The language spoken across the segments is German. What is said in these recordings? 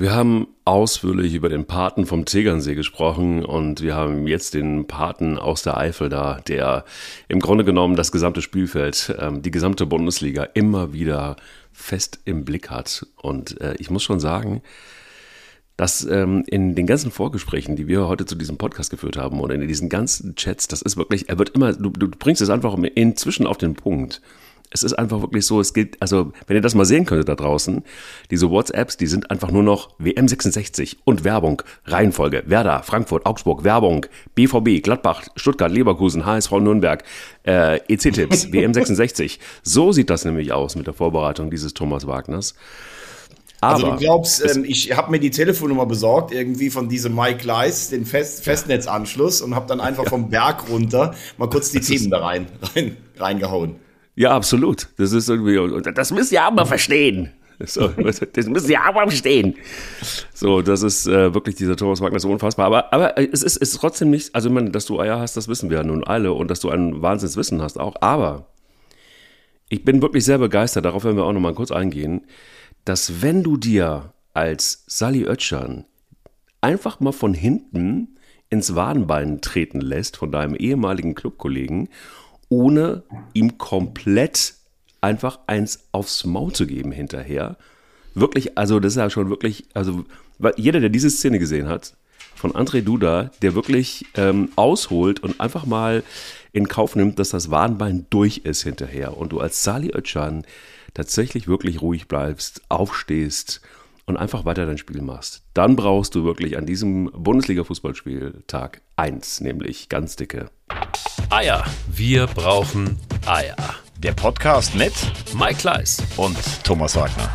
Wir haben ausführlich über den Paten vom Tegernsee gesprochen und wir haben jetzt den Paten aus der Eifel da, der im Grunde genommen das gesamte Spielfeld, die gesamte Bundesliga immer wieder fest im Blick hat. Und ich muss schon sagen, dass in den ganzen Vorgesprächen, die wir heute zu diesem Podcast geführt haben oder in diesen ganzen Chats, das ist wirklich, er wird immer, du bringst es einfach inzwischen auf den Punkt. Es ist einfach wirklich so, es gilt, also wenn ihr das mal sehen könntet da draußen, diese WhatsApps, die sind einfach nur noch WM66 und Werbung, Reihenfolge, Werder, Frankfurt, Augsburg, Werbung, BVB, Gladbach, Stuttgart, Leverkusen, HSV Nürnberg, EC-Tipps, WM66. So sieht das nämlich aus mit der Vorbereitung dieses Thomas Wagners. Aber also du glaubst, ich habe mir die Telefonnummer besorgt, irgendwie von diesem Mike Leis, den Festnetzanschluss und habe dann einfach vom Berg runter mal kurz die Themen da reingehauen. Ja, absolut. Das ist irgendwie, das müsst ihr auch mal verstehen. So, das müsst ihr auch mal verstehen. So, das ist wirklich, dieser Thomas Wagner so unfassbar. Aber es ist trotzdem nicht, also ich meine, dass du Eier hast, das wissen wir ja nun alle und dass du ein Wahnsinnswissen hast auch. Aber ich bin wirklich sehr begeistert, darauf werden wir auch nochmal kurz eingehen, dass wenn du dir als Sally Oetschan einfach mal von hinten ins Wadenbein treten lässt von deinem ehemaligen Clubkollegen, ohne ihm komplett einfach eins aufs Maul zu geben hinterher. Wirklich, also das ist ja schon wirklich, also jeder, der diese Szene gesehen hat, von Andrzej Duda, der wirklich ausholt und einfach mal in Kauf nimmt, dass das Wadenbein durch ist hinterher und du als Sally Oetschan tatsächlich wirklich ruhig bleibst, aufstehst und einfach weiter dein Spiel machst, dann brauchst du wirklich an diesem Bundesliga-Fußballspieltag 1, nämlich ganz dicke Eier. Wir brauchen Eier. Der Podcast mit Mike Leis und Thomas Wagner.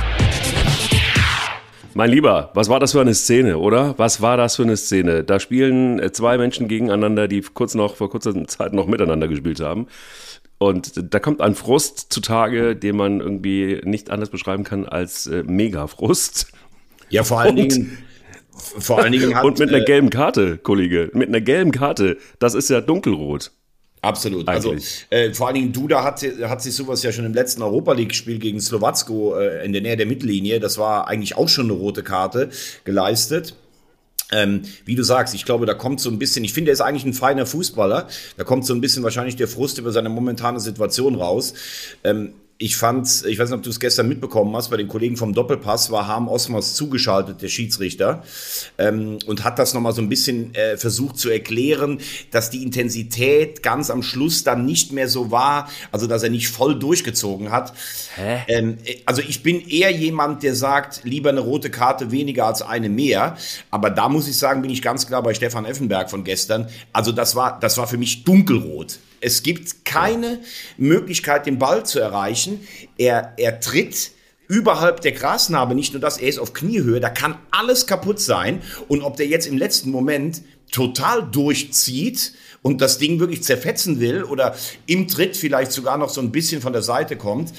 Mein Lieber, was war das für eine Szene, oder? Was war das für eine Szene? Da spielen zwei Menschen gegeneinander, die vor kurzer Zeit noch miteinander gespielt haben. Und da kommt ein Frust zutage, den man irgendwie nicht anders beschreiben kann als Mega-Frust. Ja, vor allen Dingen hat, und mit einer gelben Karte, Kollege, mit einer gelben Karte, das ist ja dunkelrot. Absolut. Eigentlich. Also vor allen Dingen Duda hat sich sowas ja schon im letzten Europa-League-Spiel gegen Slowacko in der Nähe der Mittellinie, das war eigentlich auch schon eine rote Karte, geleistet. Wie du sagst, ich glaube, da kommt so ein bisschen, ich finde, er ist eigentlich ein feiner Fußballer, da kommt so ein bisschen wahrscheinlich der Frust über seine momentane Situation raus. Ich weiß nicht, ob du es gestern mitbekommen hast, bei den Kollegen vom Doppelpass war Harm Osmers zugeschaltet, der Schiedsrichter, und hat das nochmal so ein bisschen versucht zu erklären, dass die Intensität ganz am Schluss dann nicht mehr so war, also dass er nicht voll durchgezogen hat. Also ich bin eher jemand, der sagt, lieber eine rote Karte weniger als eine mehr, aber da muss ich sagen, bin ich ganz klar bei Stefan Effenberg von gestern, also das war für mich dunkelrot. Es gibt keine Möglichkeit, den Ball zu erreichen. Er tritt überhalb der Grasnarbe, nicht nur das, er ist auf Kniehöhe, da kann alles kaputt sein. Und ob der jetzt im letzten Moment total durchzieht und das Ding wirklich zerfetzen will oder im Tritt vielleicht sogar noch so ein bisschen von der Seite kommt,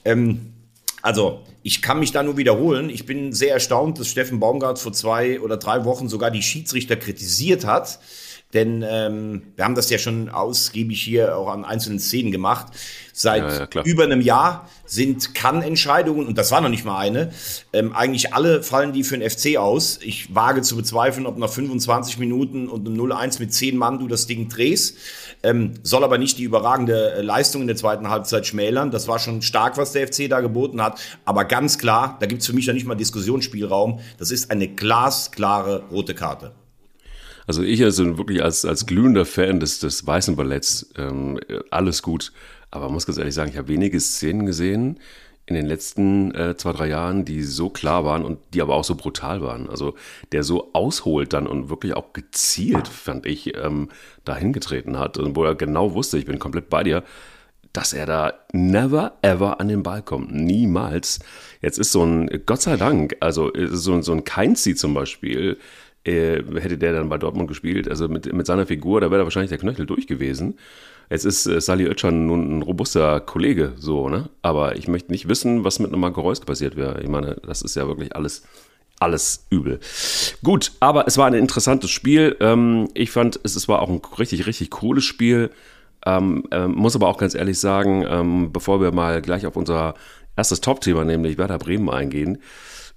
also ich kann mich da nur wiederholen. Ich bin sehr erstaunt, dass Steffen Baumgart vor 2 oder 3 Wochen sogar die Schiedsrichter kritisiert hat. Denn wir haben das ja schon ausgiebig hier auch an einzelnen Szenen gemacht. Seit über einem Jahr sind Kann-Entscheidungen, und das war noch nicht mal eine, eigentlich alle fallen die für den FC aus. Ich wage zu bezweifeln, ob nach 25 Minuten und einem 0-1 mit 10 Mann du das Ding drehst. Soll aber nicht die überragende Leistung in der zweiten Halbzeit schmälern. Das war schon stark, was der FC da geboten hat. Aber ganz klar, da gibt's für mich ja nicht mal Diskussionsspielraum. Das ist eine glasklare rote Karte. Also ich wirklich als glühender Fan des weißen Balletts, alles gut. Aber man muss ganz ehrlich sagen, ich habe wenige Szenen gesehen in den letzten 2-3 Jahren, die so klar waren und die aber auch so brutal waren. Also der so ausholt dann und wirklich auch gezielt, fand ich, dahin getreten hat. Und wo er genau wusste, ich bin komplett bei dir, dass er da never ever an den Ball kommt. Niemals. Jetzt ist so ein, Gott sei Dank, also so ein Keinzi zum Beispiel, hätte der dann bei Dortmund gespielt, also mit seiner Figur, da wäre da wahrscheinlich der Knöchel durch gewesen. Jetzt ist Sally Oetschan nun ein robuster Kollege, so, ne? Aber ich möchte nicht wissen, was mit einem Marco Reus passiert wäre. Ich meine, das ist ja wirklich alles übel. Gut, aber es war ein interessantes Spiel. Ich fand, es war auch ein richtig, richtig cooles Spiel. Muss aber auch ganz ehrlich sagen, bevor wir mal gleich auf unser erstes Top-Thema, nämlich Werder Bremen, eingehen,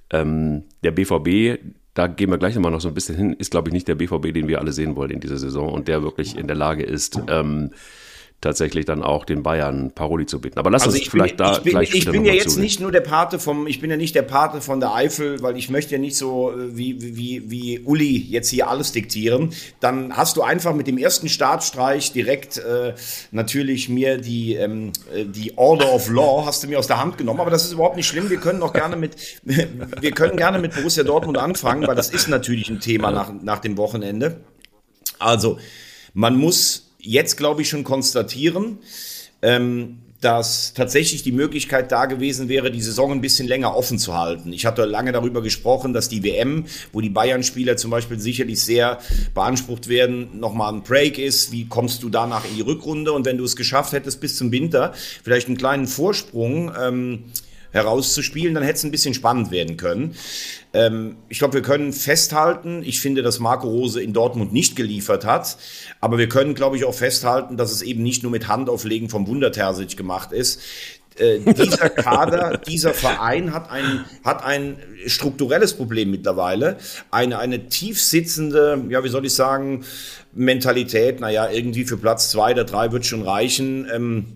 Der BVB, da gehen wir gleich nochmal noch so ein bisschen hin, ist, glaube ich, nicht der BVB, den wir alle sehen wollen in dieser Saison und der wirklich in der Lage ist, tatsächlich dann auch den Bayern Paroli zu bieten. Aber lass uns vielleicht da gleich Ich bin ja jetzt zugehen. nicht nur ich bin ja nicht der Pate von der Eifel, weil ich möchte ja nicht so wie Uli jetzt hier alles diktieren. Dann hast du einfach mit dem ersten Staatsstreich direkt natürlich mir die Order of Law hast du mir aus der Hand genommen. Aber das ist überhaupt nicht schlimm. Wir können gerne mit Borussia Dortmund anfangen, weil das ist natürlich ein Thema nach dem Wochenende. Also, man muss jetzt, glaube ich, schon konstatieren, dass tatsächlich die Möglichkeit da gewesen wäre, die Saison ein bisschen länger offen zu halten. Ich hatte lange darüber gesprochen, dass die WM, wo die Bayern-Spieler zum Beispiel sicherlich sehr beansprucht werden, nochmal ein Break ist. Wie kommst du danach in die Rückrunde? Und wenn du es geschafft hättest, bis zum Winter vielleicht einen kleinen Vorsprung herauszuspielen, dann hätte es ein bisschen spannend werden können. Ich glaube, wir können festhalten, ich finde, dass Marco Rose in Dortmund nicht geliefert hat, aber wir können, glaube ich, auch festhalten, dass es eben nicht nur mit Handauflegen vom Wunder-Terzic gemacht ist. Dieser Kader, dieser Verein hat ein strukturelles Problem mittlerweile, eine tief sitzende, ja, wie soll ich sagen, Mentalität, naja, irgendwie für Platz 2 oder 3 wird schon reichen,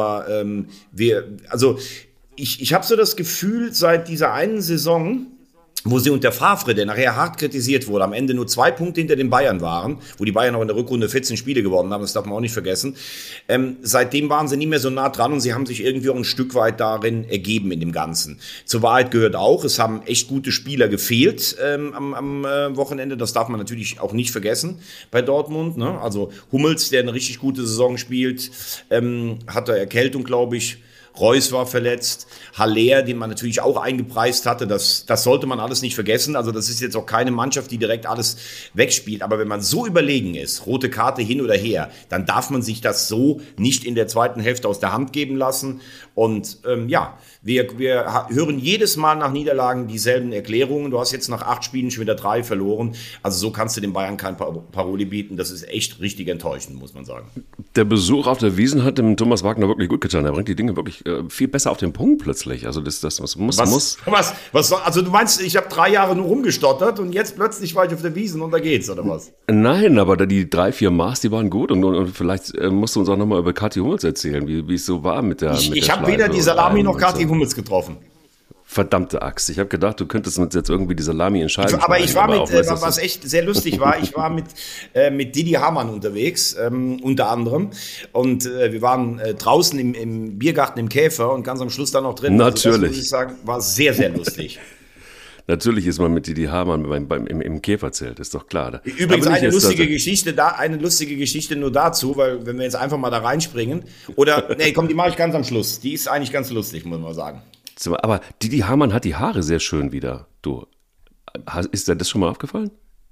ich habe so das Gefühl, seit dieser einen Saison, wo sie unter Favre, der nachher hart kritisiert wurde, am Ende nur 2 Punkte hinter den Bayern waren, wo die Bayern auch in der Rückrunde 14 Spiele gewonnen haben, das darf man auch nicht vergessen. Seitdem waren sie nicht mehr so nah dran und sie haben sich irgendwie auch ein Stück weit darin ergeben in dem Ganzen. Zur Wahrheit gehört auch, es haben echt gute Spieler gefehlt am Wochenende, das darf man natürlich auch nicht vergessen bei Dortmund, ne? Also Hummels, der eine richtig gute Saison spielt, hatte Erkältung, glaube ich. Reus war verletzt, Haller, den man natürlich auch eingepreist hatte, das sollte man alles nicht vergessen. Also das ist jetzt auch keine Mannschaft, die direkt alles wegspielt. Aber wenn man so überlegen ist, rote Karte hin oder her, dann darf man sich das so nicht in der zweiten Hälfte aus der Hand geben lassen. Und wir hören jedes Mal nach Niederlagen dieselben Erklärungen. Du hast jetzt nach 8 Spielen schon wieder 3 verloren. Also so kannst du den Bayern kein Paroli bieten. Das ist echt richtig enttäuschend, muss man sagen. Der Besuch auf der Wiesn hat dem Thomas Wagner wirklich gut getan. Er bringt die Dinge wirklich viel besser auf den Punkt plötzlich. Also das muss. Also du meinst, ich habe 3 Jahre nur rumgestottert und jetzt plötzlich war ich auf der Wiesn und da geht's, oder was? Nein, aber die 3-4 Maß, die waren gut und vielleicht musst du uns auch nochmal über Kathi Hummels erzählen, wie es so war mit der Ich habe weder die Salami noch Kathi Hummels getroffen. Verdammte Axt. Ich habe gedacht, du könntest uns jetzt irgendwie die Salami entscheiden. Aber ich war was echt sehr lustig war, ich war mit Didi Hamann unterwegs, unter anderem. Und wir waren draußen im Biergarten im Käfer und ganz am Schluss dann noch drin. Natürlich. Also das muss ich sagen, war sehr, sehr lustig. Natürlich ist man mit Didi Hamann im Käferzelt, ist doch klar. Übrigens eine lustige Geschichte nur dazu, weil wenn wir jetzt einfach mal da reinspringen, die mache ich ganz am Schluss. Die ist eigentlich ganz lustig, muss man sagen. Aber Didi Hamann hat die Haare sehr schön wieder. Du, ist dir das schon mal aufgefallen?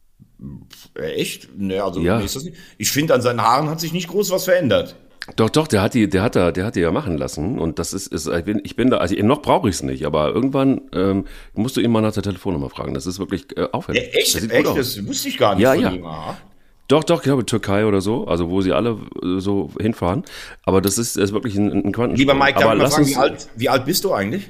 Echt? Nee, also ja. Ist das nicht. Ich finde, an seinen Haaren hat sich nicht groß was verändert. Doch, der hat die ja machen lassen und das ist ich bin da, also noch brauche ich es nicht, aber irgendwann musst du ihn mal nach der Telefonnummer fragen. Das ist wirklich auffällig. Ja, echt? Das wusste ich gar nicht von ihm. Doch, ich glaube Türkei oder so, also wo sie alle so hinfahren. Aber das ist wirklich ein Quantensprung. Lieber Mike, darf ich mal fragen, wie alt bist du eigentlich?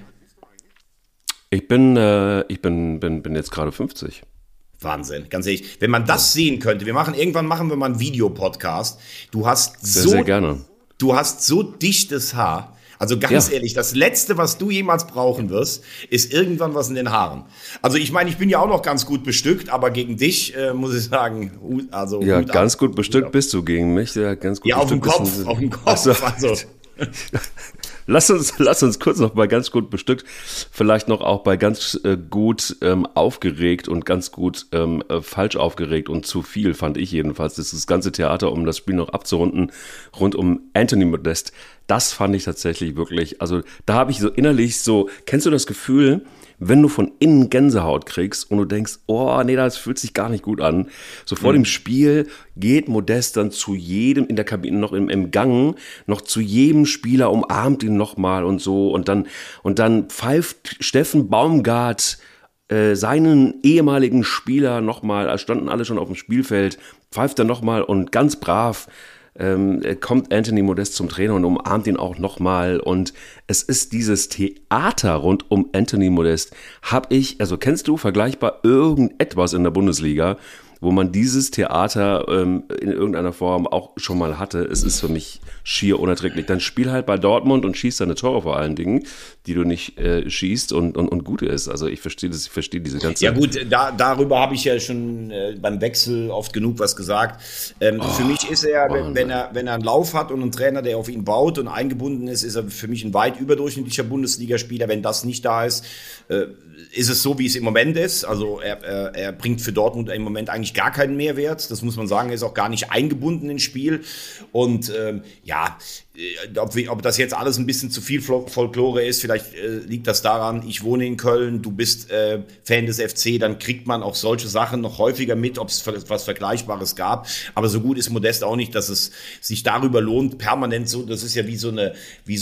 Ich bin jetzt gerade 50. Wahnsinn, ganz ehrlich. Wenn man das sehen könnte, irgendwann machen wir mal einen Videopodcast. Du hast sehr gerne. Du hast so dichtes Haar. Also ganz ehrlich, das Letzte, was du jemals brauchen wirst, ist irgendwann was in den Haaren. Also ich meine, ich bin ja auch noch ganz gut bestückt, aber gegen dich muss ich sagen, also ja, ganz gut bestückt bist du gegen mich. Ja, ganz gut. Ja, auf dem Kopf. Also. Lass uns kurz noch bei ganz gut bestückt, vielleicht noch auch bei ganz gut aufgeregt und ganz gut falsch aufgeregt und zu viel, fand ich jedenfalls. Das ganze Theater, um das Spiel noch abzurunden, rund um Anthony Modest, das fand ich tatsächlich wirklich, also da habe ich so innerlich so, kennst du das Gefühl, wenn du von innen Gänsehaut kriegst und du denkst, oh nee, das fühlt sich gar nicht gut an. So vor dem Spiel geht Modest dann zu jedem in der Kabine, noch im Gang, noch zu jedem Spieler, umarmt ihn nochmal und so. Und dann pfeift Steffen Baumgart seinen ehemaligen Spieler nochmal, als standen alle schon auf dem Spielfeld, pfeift er nochmal und ganz brav kommt Anthony Modest zum Trainer und umarmt ihn auch nochmal. Und es ist dieses Theater rund um Anthony Modest. Kennst du vergleichbar irgendetwas in der Bundesliga, wo man dieses Theater in irgendeiner Form auch schon mal hatte? Es ist für mich schier unerträglich. Dann spiel halt bei Dortmund und schieß deine Tore vor allen Dingen, die du nicht schießt und gut ist. Also ich verstehe diese ganze... Ja gut, darüber habe ich ja schon beim Wechsel oft genug was gesagt. Für mich ist er, wenn er einen Lauf hat und einen Trainer, der auf ihn baut und eingebunden ist er für mich ein weit überdurchschnittlicher Bundesligaspieler. Wenn das nicht da ist, ist es so, wie es im Moment ist. Also er bringt für Dortmund im Moment eigentlich gar keinen Mehrwert. Das muss man sagen, er ist auch gar nicht eingebunden ins Spiel. Und ob das jetzt alles ein bisschen zu viel Folklore ist, vielleicht liegt das daran, ich wohne in Köln, du bist Fan des FC, dann kriegt man auch solche Sachen noch häufiger mit, ob es was Vergleichbares gab. Aber so gut ist Modest auch nicht, dass es sich darüber lohnt, permanent so, das ist ja wie so eine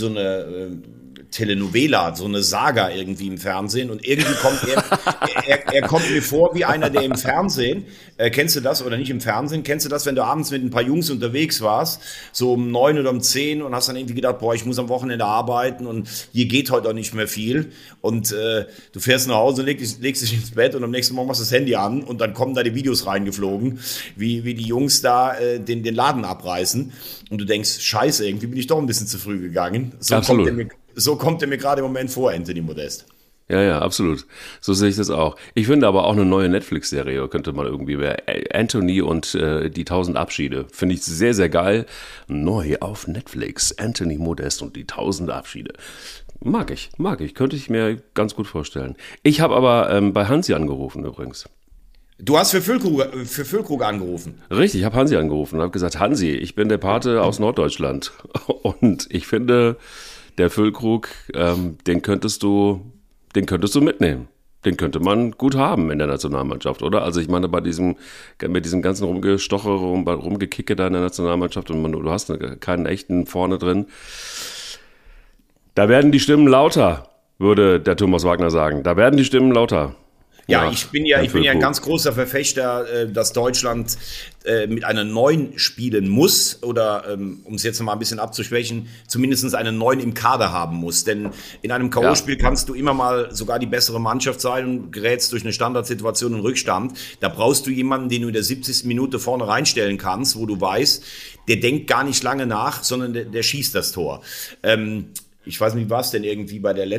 Telenovela, so eine Saga irgendwie im Fernsehen und irgendwie kommt er kommt mir vor wie einer, der im Fernsehen, kennst du das oder nicht im Fernsehen, kennst du das, wenn du abends mit ein paar Jungs unterwegs warst, so um 9 oder um 10 und hast dann irgendwie gedacht, boah, ich muss am Wochenende arbeiten und hier geht heute auch nicht mehr viel und du fährst nach Hause, legst dich ins Bett und am nächsten Morgen machst du das Handy an und dann kommen da die Videos reingeflogen, wie die Jungs da den Laden abreißen und du denkst, scheiße, irgendwie bin ich doch ein bisschen zu früh gegangen. So kommt er mir gerade im Moment vor, Anthony Modest. Ja, absolut. So sehe ich das auch. Ich finde aber auch eine neue Netflix-Serie könnte mal irgendwie Anthony und die 1000 Abschiede. Finde ich sehr, sehr geil. Neu auf Netflix. Anthony Modest und die 1000 Abschiede. Mag ich. Könnte ich mir ganz gut vorstellen. Ich habe aber bei Hansi angerufen übrigens. Du hast für Füllkrug angerufen. Richtig, ich habe Hansi angerufen und habe gesagt, Hansi, ich bin der Pate aus Norddeutschland. Und ich finde, der Füllkrug, den könntest du mitnehmen. Den könnte man gut haben in der Nationalmannschaft, oder? Also ich meine, mit diesem ganzen Rumgestocher, Rumgekicke da in der Nationalmannschaft und du hast keinen echten vorne drin. Da werden die Stimmen lauter, würde der Thomas Wagner sagen. Da werden die Stimmen lauter. Ja, ich bin ja ein ganz großer Verfechter, dass Deutschland mit einer 9 spielen muss oder, um es jetzt noch mal ein bisschen abzuschwächen, zumindest einen 9 im Kader haben muss. Denn in einem K.O.-Spiel kannst du immer mal sogar die bessere Mannschaft sein und gerätst durch eine Standardsituation in Rückstand. Da brauchst du jemanden, den du in der 70. Minute vorne reinstellen kannst, wo du weißt, der denkt gar nicht lange nach, sondern der schießt das Tor. Ich weiß nicht, wie war es denn irgendwie bei der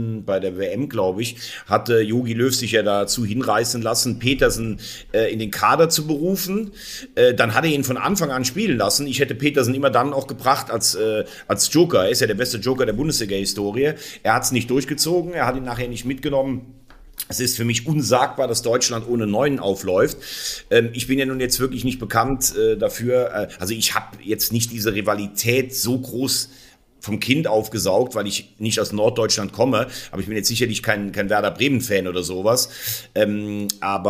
WM, glaube ich, hatte Jogi Löw sich ja dazu hinreißen lassen, Petersen in den Kader zu berufen. Dann hat er ihn von Anfang an spielen lassen. Ich hätte Petersen immer dann auch gebracht als Joker. Er ist ja der beste Joker der Bundesliga-Historie. Er hat es nicht durchgezogen, er hat ihn nachher nicht mitgenommen. Es ist für mich unsagbar, dass Deutschland ohne 9 aufläuft. Ich bin ja nun jetzt wirklich nicht bekannt dafür. Also ich habe jetzt nicht diese Rivalität so groß vom Kind aufgesaugt, weil ich nicht aus Norddeutschland komme, aber ich bin jetzt sicherlich kein Werder Bremen-Fan oder sowas. Und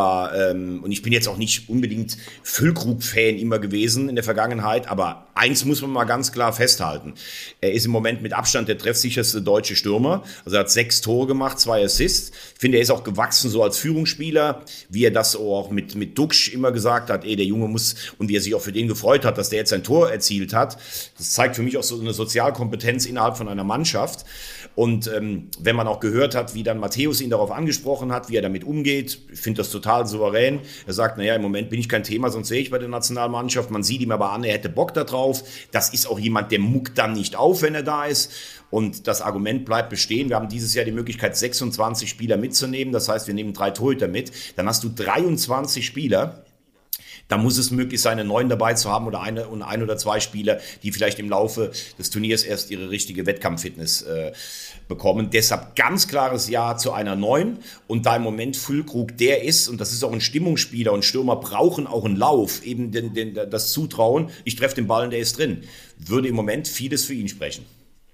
ich bin jetzt auch nicht unbedingt Füllkrug-Fan immer gewesen in der Vergangenheit, aber eins muss man mal ganz klar festhalten. Er ist im Moment mit Abstand der treffsicherste deutsche Stürmer. Also er hat 6 Tore gemacht, 2 Assists. Ich finde, er ist auch gewachsen so als Führungsspieler, wie er das auch mit Duxch immer gesagt hat, der Junge muss, und wie er sich auch für den gefreut hat, dass der jetzt ein Tor erzielt hat. Das zeigt für mich auch so eine Sozialkompetenz innerhalb von einer Mannschaft. Und wenn man auch gehört hat, wie dann Matthäus ihn darauf angesprochen hat, wie er damit umgeht, ich finde das total souverän. Er sagt, naja, im Moment bin ich kein Thema, sonst sehe ich bei der Nationalmannschaft. Man sieht ihm aber an, er hätte Bock da drauf. Das ist auch jemand, der muckt dann nicht auf, wenn er da ist. Und das Argument bleibt bestehen. Wir haben dieses Jahr die Möglichkeit, 26 Spieler mitzunehmen. Das heißt, wir nehmen 3 Torhüter mit. Dann hast du 23 Spieler. Da muss es möglich sein, einen 9 dabei zu haben oder ein oder 2 Spieler, die vielleicht im Laufe des Turniers erst ihre richtige Wettkampffitness bekommen. Deshalb ganz klares Ja zu einer 9. Und da im Moment Füllkrug der ist, und das ist auch ein Stimmungsspieler und Stürmer brauchen auch einen Lauf, eben das Zutrauen, ich treffe den Ball und der ist drin, würde im Moment vieles für ihn sprechen.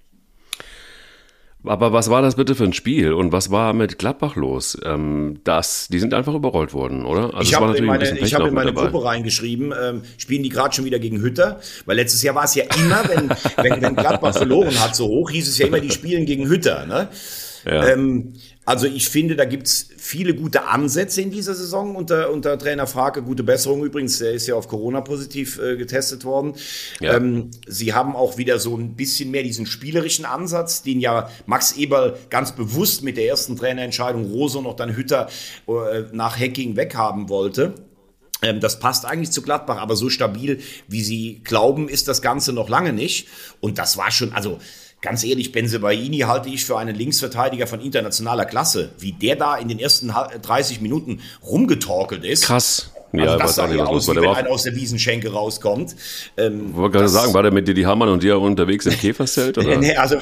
Aber was war das bitte für ein Spiel und was war mit Gladbach los? Die sind einfach überrollt worden, oder? Also ich habe in meine Gruppe reingeschrieben, spielen die gerade schon wieder gegen Hütter? Weil letztes Jahr war es ja immer, wenn Gladbach verloren hat so hoch, hieß es ja immer, die spielen gegen Hütter. Ne? Ja. Also ich finde, da gibt's viele gute Ansätze in dieser Saison unter Trainer Frake. Gute Besserung übrigens, der ist ja auf Corona positiv getestet worden. Ja. Sie haben auch wieder so ein bisschen mehr diesen spielerischen Ansatz, den ja Max Eberl ganz bewusst mit der ersten Trainerentscheidung Rose und dann Hütter nach Hacking weghaben wollte. Das passt eigentlich zu Gladbach, aber so stabil, wie sie glauben, ist das Ganze noch lange nicht. Und das war schon, also ganz ehrlich, Bensebaini halte ich für einen Linksverteidiger von internationaler Klasse. Wie der da in den ersten 30 Minuten rumgetorkelt ist. Krass. Also Ja, das sah ja aus, wie der wenn war. einer aus der Wiesenschenke rauskommt. Ich wollte gerade sagen, war der mit Didi Hamann und dir unterwegs im Käferzelt? Oder? Nee, also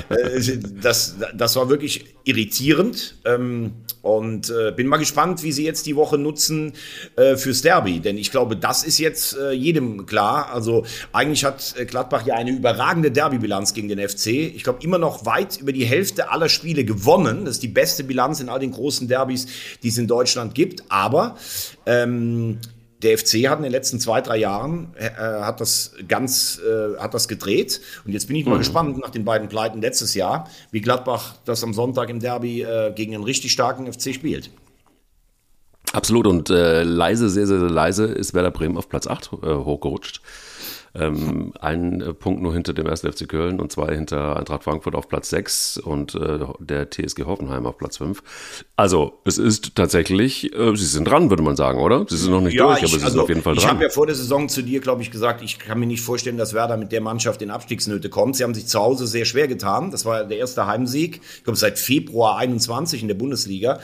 das war wirklich irritierend. Und bin mal gespannt, wie sie jetzt die Woche nutzen fürs Derby. Denn ich glaube, das ist jetzt jedem klar. Also eigentlich hat Gladbach ja eine überragende Derbybilanz gegen den FC. Ich glaube, immer noch weit über die Hälfte aller Spiele gewonnen. Das ist die beste Bilanz in all den großen Derbys, die es in Deutschland gibt. Aber der FC hat in den letzten 2-3 Jahren hat das gedreht. Und jetzt bin ich mal gespannt nach den beiden Pleiten letztes Jahr, wie Gladbach das am Sonntag im Derby gegen einen richtig starken FC spielt. Absolut. Und leise, sehr, sehr leise ist Werder Bremen auf Platz 8 hochgerutscht. Ein Punkt nur hinter dem 1. FC Köln und 2 hinter Eintracht Frankfurt auf Platz 6 und der TSG Hoffenheim auf Platz 5. Also es ist tatsächlich, sie sind dran, würde man sagen, oder? Sie sind noch nicht durch, aber sie sind auf jeden Fall dran. Ich habe ja vor der Saison zu dir, glaube ich, gesagt, ich kann mir nicht vorstellen, dass Werder mit der Mannschaft in Abstiegsnöte kommt. Sie haben sich zu Hause sehr schwer getan. Das war der erste Heimsieg, ich glaube seit Februar 21 in der Bundesliga.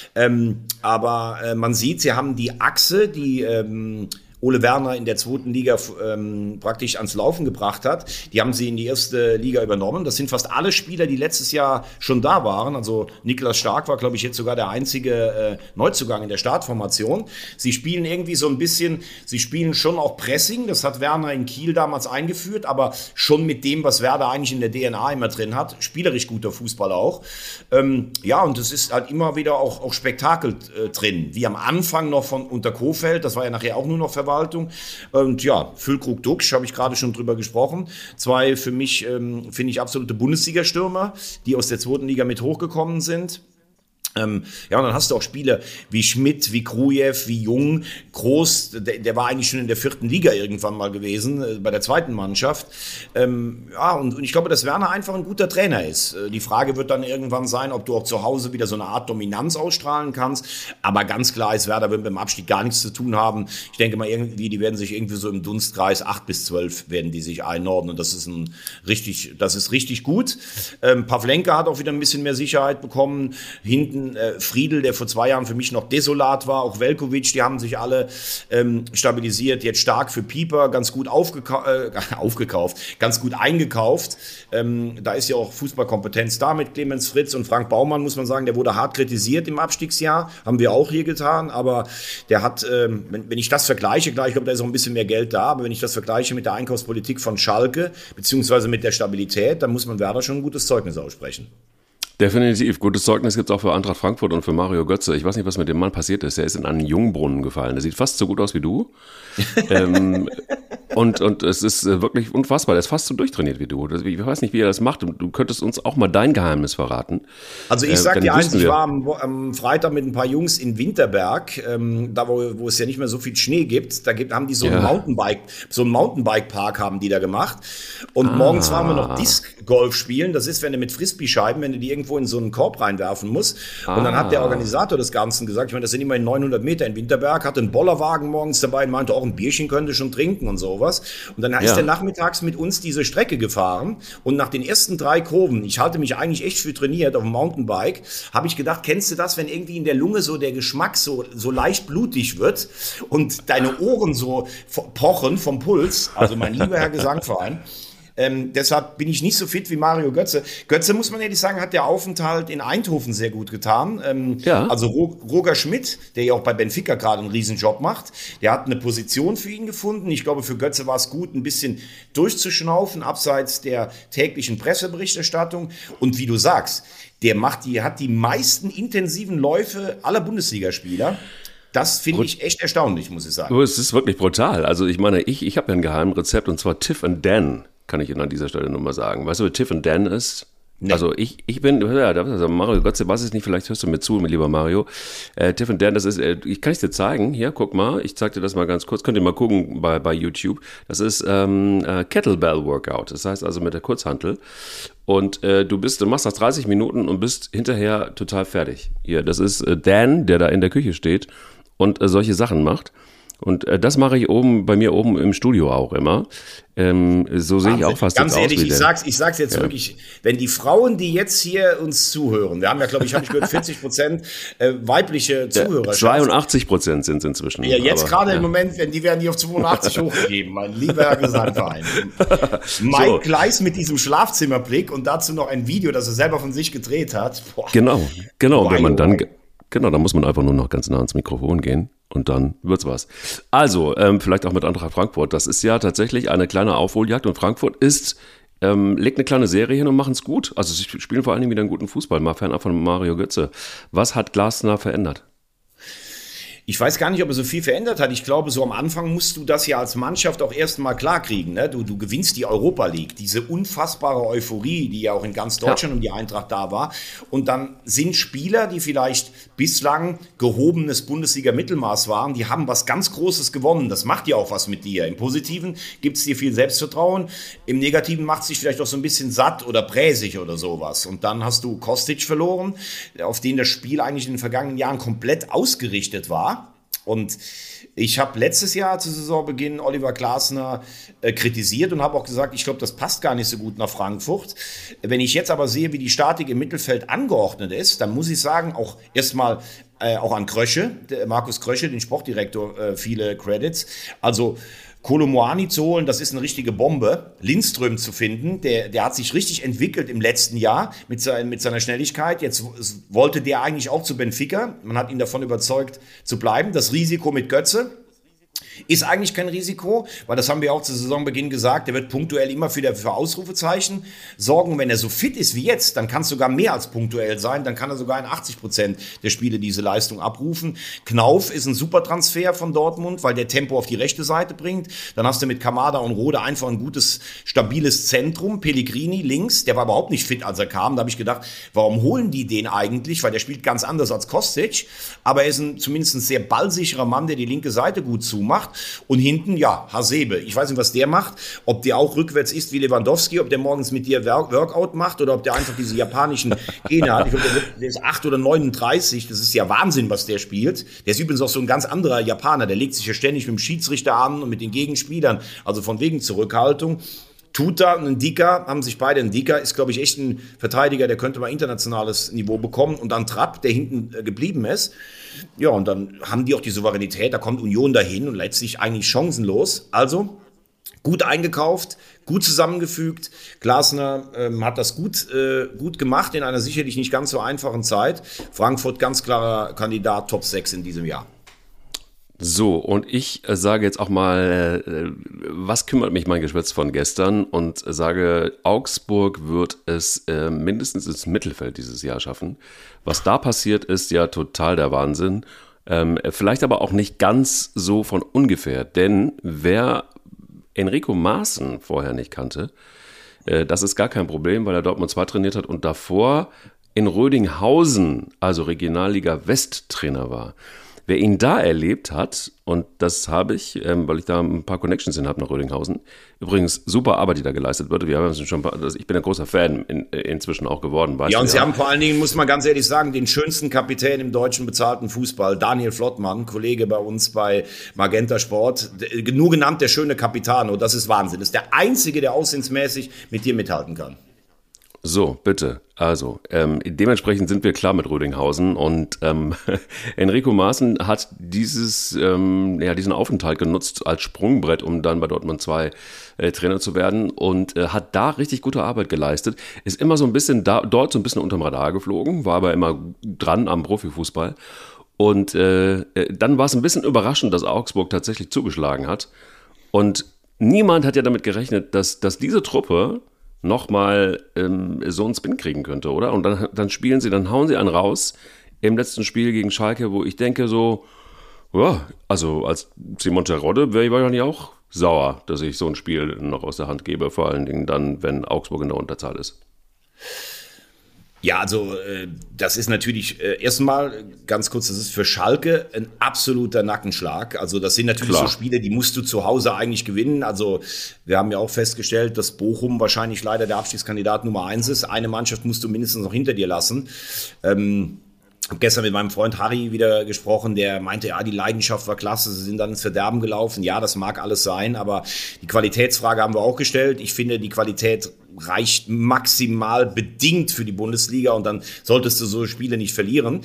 Aber man sieht, sie haben die Achse, die Ole Werner in der 2. Liga praktisch ans Laufen gebracht hat. Die haben sie in die 1. Liga übernommen. Das sind fast alle Spieler, die letztes Jahr schon da waren. Also Niklas Stark war, glaube ich, jetzt sogar der einzige Neuzugang in der Startformation. Sie spielen irgendwie so ein bisschen, sie spielen schon auch Pressing. Das hat Werner in Kiel damals eingeführt, aber schon mit dem, was Werder eigentlich in der DNA immer drin hat. Spielerisch guter Fußball auch. Ja, und es ist halt immer wieder auch Spektakel drin. Wie am Anfang noch unter Kofeld. Das war ja nachher auch nur noch Verwaltung. Und ja, Füllkrug, Duxch, habe ich gerade schon drüber gesprochen. 2 für mich, finde ich, absolute Bundesliga-Stürmer, die aus der 2. Liga mit hochgekommen sind. Ja, und dann hast du auch Spieler wie Schmidt, wie Grujew, wie Jung, Groß, der war eigentlich schon in der 4. Liga irgendwann mal gewesen, bei der 2. Mannschaft. Ja, und ich glaube, dass Werner einfach ein guter Trainer ist. Die Frage wird dann irgendwann sein, ob du auch zu Hause wieder so eine Art Dominanz ausstrahlen kannst. Aber ganz klar ist, Werder wird mit dem Abstieg gar nichts zu tun haben. Ich denke mal, die werden sich irgendwie so im Dunstkreis 8 bis 12 werden die sich einordnen. Und das ist richtig gut. Pavlenka hat auch wieder ein bisschen mehr Sicherheit bekommen. Hinten Friedel, der vor 2 Jahren für mich noch desolat war, auch Velkovic, die haben sich alle stabilisiert. Jetzt Stark für Pieper, ganz gut aufgekauft, ganz gut eingekauft. Da ist ja auch Fußballkompetenz da mit Clemens Fritz und Frank Baumann, muss man sagen, der wurde hart kritisiert im Abstiegsjahr, haben wir auch hier getan, aber der hat, wenn ich das vergleiche, klar, ich glaube, da ist auch ein bisschen mehr Geld da, aber wenn ich das vergleiche mit der Einkaufspolitik von Schalke, beziehungsweise mit der Stabilität, dann muss man Werder schon ein gutes Zeugnis aussprechen. Definitiv. Gutes Zeugnis gibt es auch für Eintracht Frankfurt und für Mario Götze. Ich weiß nicht, was mit dem Mann passiert ist. Er ist in einen Jungbrunnen gefallen. Der sieht fast so gut aus wie du. Und es ist wirklich unfassbar. Der ist fast so durchtrainiert wie du. Ich weiß nicht, wie er das macht. Du könntest uns auch mal dein Geheimnis verraten. Also ich sag dir eins, ich war am Freitag mit ein paar Jungs in Winterberg, da wo es ja nicht mehr so viel Schnee gibt. Haben die so einen Mountainbike-Park haben die da gemacht. Und morgens waren wir noch Disc-Golf spielen. Das ist, wenn du mit Frisbee-Scheiben, wenn du die irgendwo in so einen Korb reinwerfen musst. Und dann hat der Organisator des Ganzen gesagt, ich meine, das sind immerhin 900 Meter in Winterberg, hatte einen Bollerwagen morgens dabei und meinte, auch ein Bierchen könnte schon trinken und sowas. Und dann ist er nachmittags mit uns diese Strecke gefahren und nach den ersten 3 Kurven, ich halte mich eigentlich echt für trainiert auf dem Mountainbike, habe ich gedacht, kennst du das, wenn irgendwie in der Lunge so der Geschmack so leicht blutig wird und deine Ohren so pochen vom Puls, also mein lieber Herr Gesangverein. Deshalb bin ich nicht so fit wie Mario Götze. Götze, muss man ehrlich sagen, hat der Aufenthalt in Eindhoven sehr gut getan. Also Roger Schmidt, der ja auch bei Benfica gerade einen Riesenjob macht, der hat eine Position für ihn gefunden. Ich glaube, für Götze war es gut, ein bisschen durchzuschnaufen, abseits der täglichen Presseberichterstattung. Und wie du sagst, hat die meisten intensiven Läufe aller Bundesligaspieler. Das finde ich echt erstaunlich, muss ich sagen. Es ist wirklich brutal. Also ich meine, ich habe ja ein Geheimrezept und zwar Tiff and Dan. Kann ich Ihnen an dieser Stelle nur mal sagen. Weißt du, wer Tiff and Dan ist? Nee. Also ich bin, ja, also Mario Götze, weiß es nicht, vielleicht hörst du mir zu, mein lieber Mario. Tiff and Dan, das ist, ich kann es dir zeigen, hier, guck mal, ich zeig dir das mal ganz kurz, könnt ihr mal gucken bei YouTube. Das ist Kettlebell Workout, das heißt also mit der Kurzhantel. Und du machst das 30 Minuten und bist hinterher total fertig. Hier, das ist Dan, der da in der Küche steht und solche Sachen macht. Und das mache ich bei mir oben im Studio auch immer. So sehe ich auch fast ganz jetzt ehrlich, aus wie ich sag's jetzt wirklich, wenn die Frauen, die jetzt hier uns zuhören, wir haben ja, glaube ich, habe ich gehört, 40% weibliche Zuhörer. 82% sind es inzwischen. Ja, jetzt gerade im Moment, die werden die auf 82 hochgegeben, mein lieber Herr Gesangverein. Mike Gleis mit diesem Schlafzimmerblick und dazu noch ein Video, das er selber von sich gedreht hat. Boah. Genau. Wenn man dann, dann muss man einfach nur noch ganz nah ans Mikrofon gehen. Und dann wird's was. Also, vielleicht auch mit Eintracht Frankfurt. Das ist ja tatsächlich eine kleine Aufholjagd und Frankfurt legt eine kleine Serie hin und machen es gut. Also sie spielen vor allen Dingen wieder einen guten Fußball, mal fernab von Mario Götze. Was hat Glasner verändert? Ich weiß gar nicht, ob er so viel verändert hat. Ich glaube, so am Anfang musst du das ja als Mannschaft auch erst mal klarkriegen. Ne? Du gewinnst die Europa League, diese unfassbare Euphorie, die ja auch in ganz Deutschland um die Eintracht da war. Und dann sind Spieler, die vielleicht bislang gehobenes Bundesliga-Mittelmaß waren, die haben was ganz Großes gewonnen. Das macht ja auch was mit dir. Im Positiven gibt es dir viel Selbstvertrauen. Im Negativen macht es dich vielleicht auch so ein bisschen satt oder präsig oder sowas. Und dann hast du Kostic verloren, auf den das Spiel eigentlich in den vergangenen Jahren komplett ausgerichtet war. Und ich habe letztes Jahr zu Saisonbeginn Oliver Glasner kritisiert und habe auch gesagt, ich glaube, das passt gar nicht so gut nach Frankfurt. Wenn ich jetzt aber sehe, wie die Statik im Mittelfeld angeordnet ist, dann muss ich sagen, auch erstmal auch an Krösche, Markus Krösche, den Sportdirektor, viele Credits. Also Kolo Muani zu holen, das ist eine richtige Bombe. Lindström zu finden, der hat sich richtig entwickelt im letzten Jahr mit seiner Schnelligkeit. Jetzt wollte der eigentlich auch zu Benfica. Man hat ihn davon überzeugt zu bleiben. Das Risiko mit Götze ist eigentlich kein Risiko, weil das haben wir auch zu Saisonbeginn gesagt, der wird punktuell immer für Ausrufezeichen sorgen. Wenn er so fit ist wie jetzt, dann kann es sogar mehr als punktuell sein, dann kann er sogar in 80% der Spiele diese Leistung abrufen. Knauf ist ein super Transfer von Dortmund, weil der Tempo auf die rechte Seite bringt. Dann hast du mit Kamada und Rode einfach ein gutes, stabiles Zentrum. Pellegrini links, der war überhaupt nicht fit, als er kam. Da habe ich gedacht, warum holen die den eigentlich? Weil der spielt ganz anders als Kostic, aber er ist zumindest ein sehr ballsicherer Mann, der die linke Seite gut zumacht. Und hinten, ja, Hasebe. Ich weiß nicht, was der macht. Ob der auch rückwärts ist wie Lewandowski, ob der morgens mit dir Workout macht oder ob der einfach diese japanischen Gene hat. Ich glaube, der ist 8 oder 39. Das ist ja Wahnsinn, was der spielt. Der ist übrigens auch so ein ganz anderer Japaner. Der legt sich ja ständig mit dem Schiedsrichter an und mit den Gegenspielern. Also von wegen Zurückhaltung. Tuta und Ndika haben sich beide. Ndika ist, glaube ich, echt ein Verteidiger, der könnte mal internationales Niveau bekommen. Und dann Trapp, der hinten geblieben ist. Ja, und dann haben die auch die Souveränität. Da kommt Union dahin und letztlich eigentlich chancenlos. Also gut eingekauft, gut zusammengefügt. Glasner hat das gut gemacht in einer sicherlich nicht ganz so einfachen Zeit. Frankfurt ganz klarer Kandidat, Top 6 in diesem Jahr. So, und ich sage jetzt auch mal, was kümmert mich mein Geschwätz von gestern und sage, Augsburg wird es mindestens ins Mittelfeld dieses Jahr schaffen. Was da passiert, ist ja total der Wahnsinn. Vielleicht aber auch nicht ganz so von ungefähr, denn wer Enrico Maaßen vorher nicht kannte, das ist gar kein Problem, weil er Dortmund 2 trainiert hat und davor in Rödinghausen, also Regionalliga West Trainer war. Wer ihn da erlebt hat, und das habe ich, weil ich da ein paar Connections habe nach Rödinghausen, übrigens super Arbeit, die da geleistet wird. Wir haben schon ich bin ein großer Fan inzwischen auch geworden. Ja, und sie haben vor allen Dingen, muss man ganz ehrlich sagen, den schönsten Kapitän im deutschen bezahlten Fußball, Daniel Flottmann, Kollege bei uns bei Magenta Sport, nur genannt der schöne Capitano, das ist Wahnsinn. Das ist der Einzige, der aussehensmäßig mit dir mithalten kann. So, bitte. Also, dementsprechend sind wir klar mit Rödinghausen und Enrico Maaßen hat diesen Aufenthalt genutzt als Sprungbrett, um dann bei Dortmund 2 Trainer zu werden und hat da richtig gute Arbeit geleistet. Ist immer so ein bisschen dort so ein bisschen unterm Radar geflogen, war aber immer dran am Profifußball. Und dann war es ein bisschen überraschend, dass Augsburg tatsächlich zugeschlagen hat. Und niemand hat ja damit gerechnet, dass diese Truppe nochmal so einen Spin kriegen könnte, oder? Und dann hauen sie einen raus im letzten Spiel gegen Schalke, wo ich denke so, ja, also als Simon Terodde wäre ich wahrscheinlich auch sauer, dass ich so ein Spiel noch aus der Hand gebe, vor allen Dingen dann, wenn Augsburg in der Unterzahl ist. Ja, also das ist natürlich erstmal ganz kurz, das ist für Schalke ein absoluter Nackenschlag. Also das sind natürlich so Spiele, die musst du zu Hause eigentlich gewinnen. Also wir haben ja auch festgestellt, dass Bochum wahrscheinlich leider der Abstiegskandidat Nummer 1 ist. Eine Mannschaft musst du mindestens noch hinter dir lassen. Ich habe gestern mit meinem Freund Harry wieder gesprochen, der meinte, ja, die Leidenschaft war klasse, sie sind dann ins Verderben gelaufen. Ja, das mag alles sein, aber die Qualitätsfrage haben wir auch gestellt. Ich finde, die Qualität reicht maximal bedingt für die Bundesliga und dann solltest du so Spiele nicht verlieren.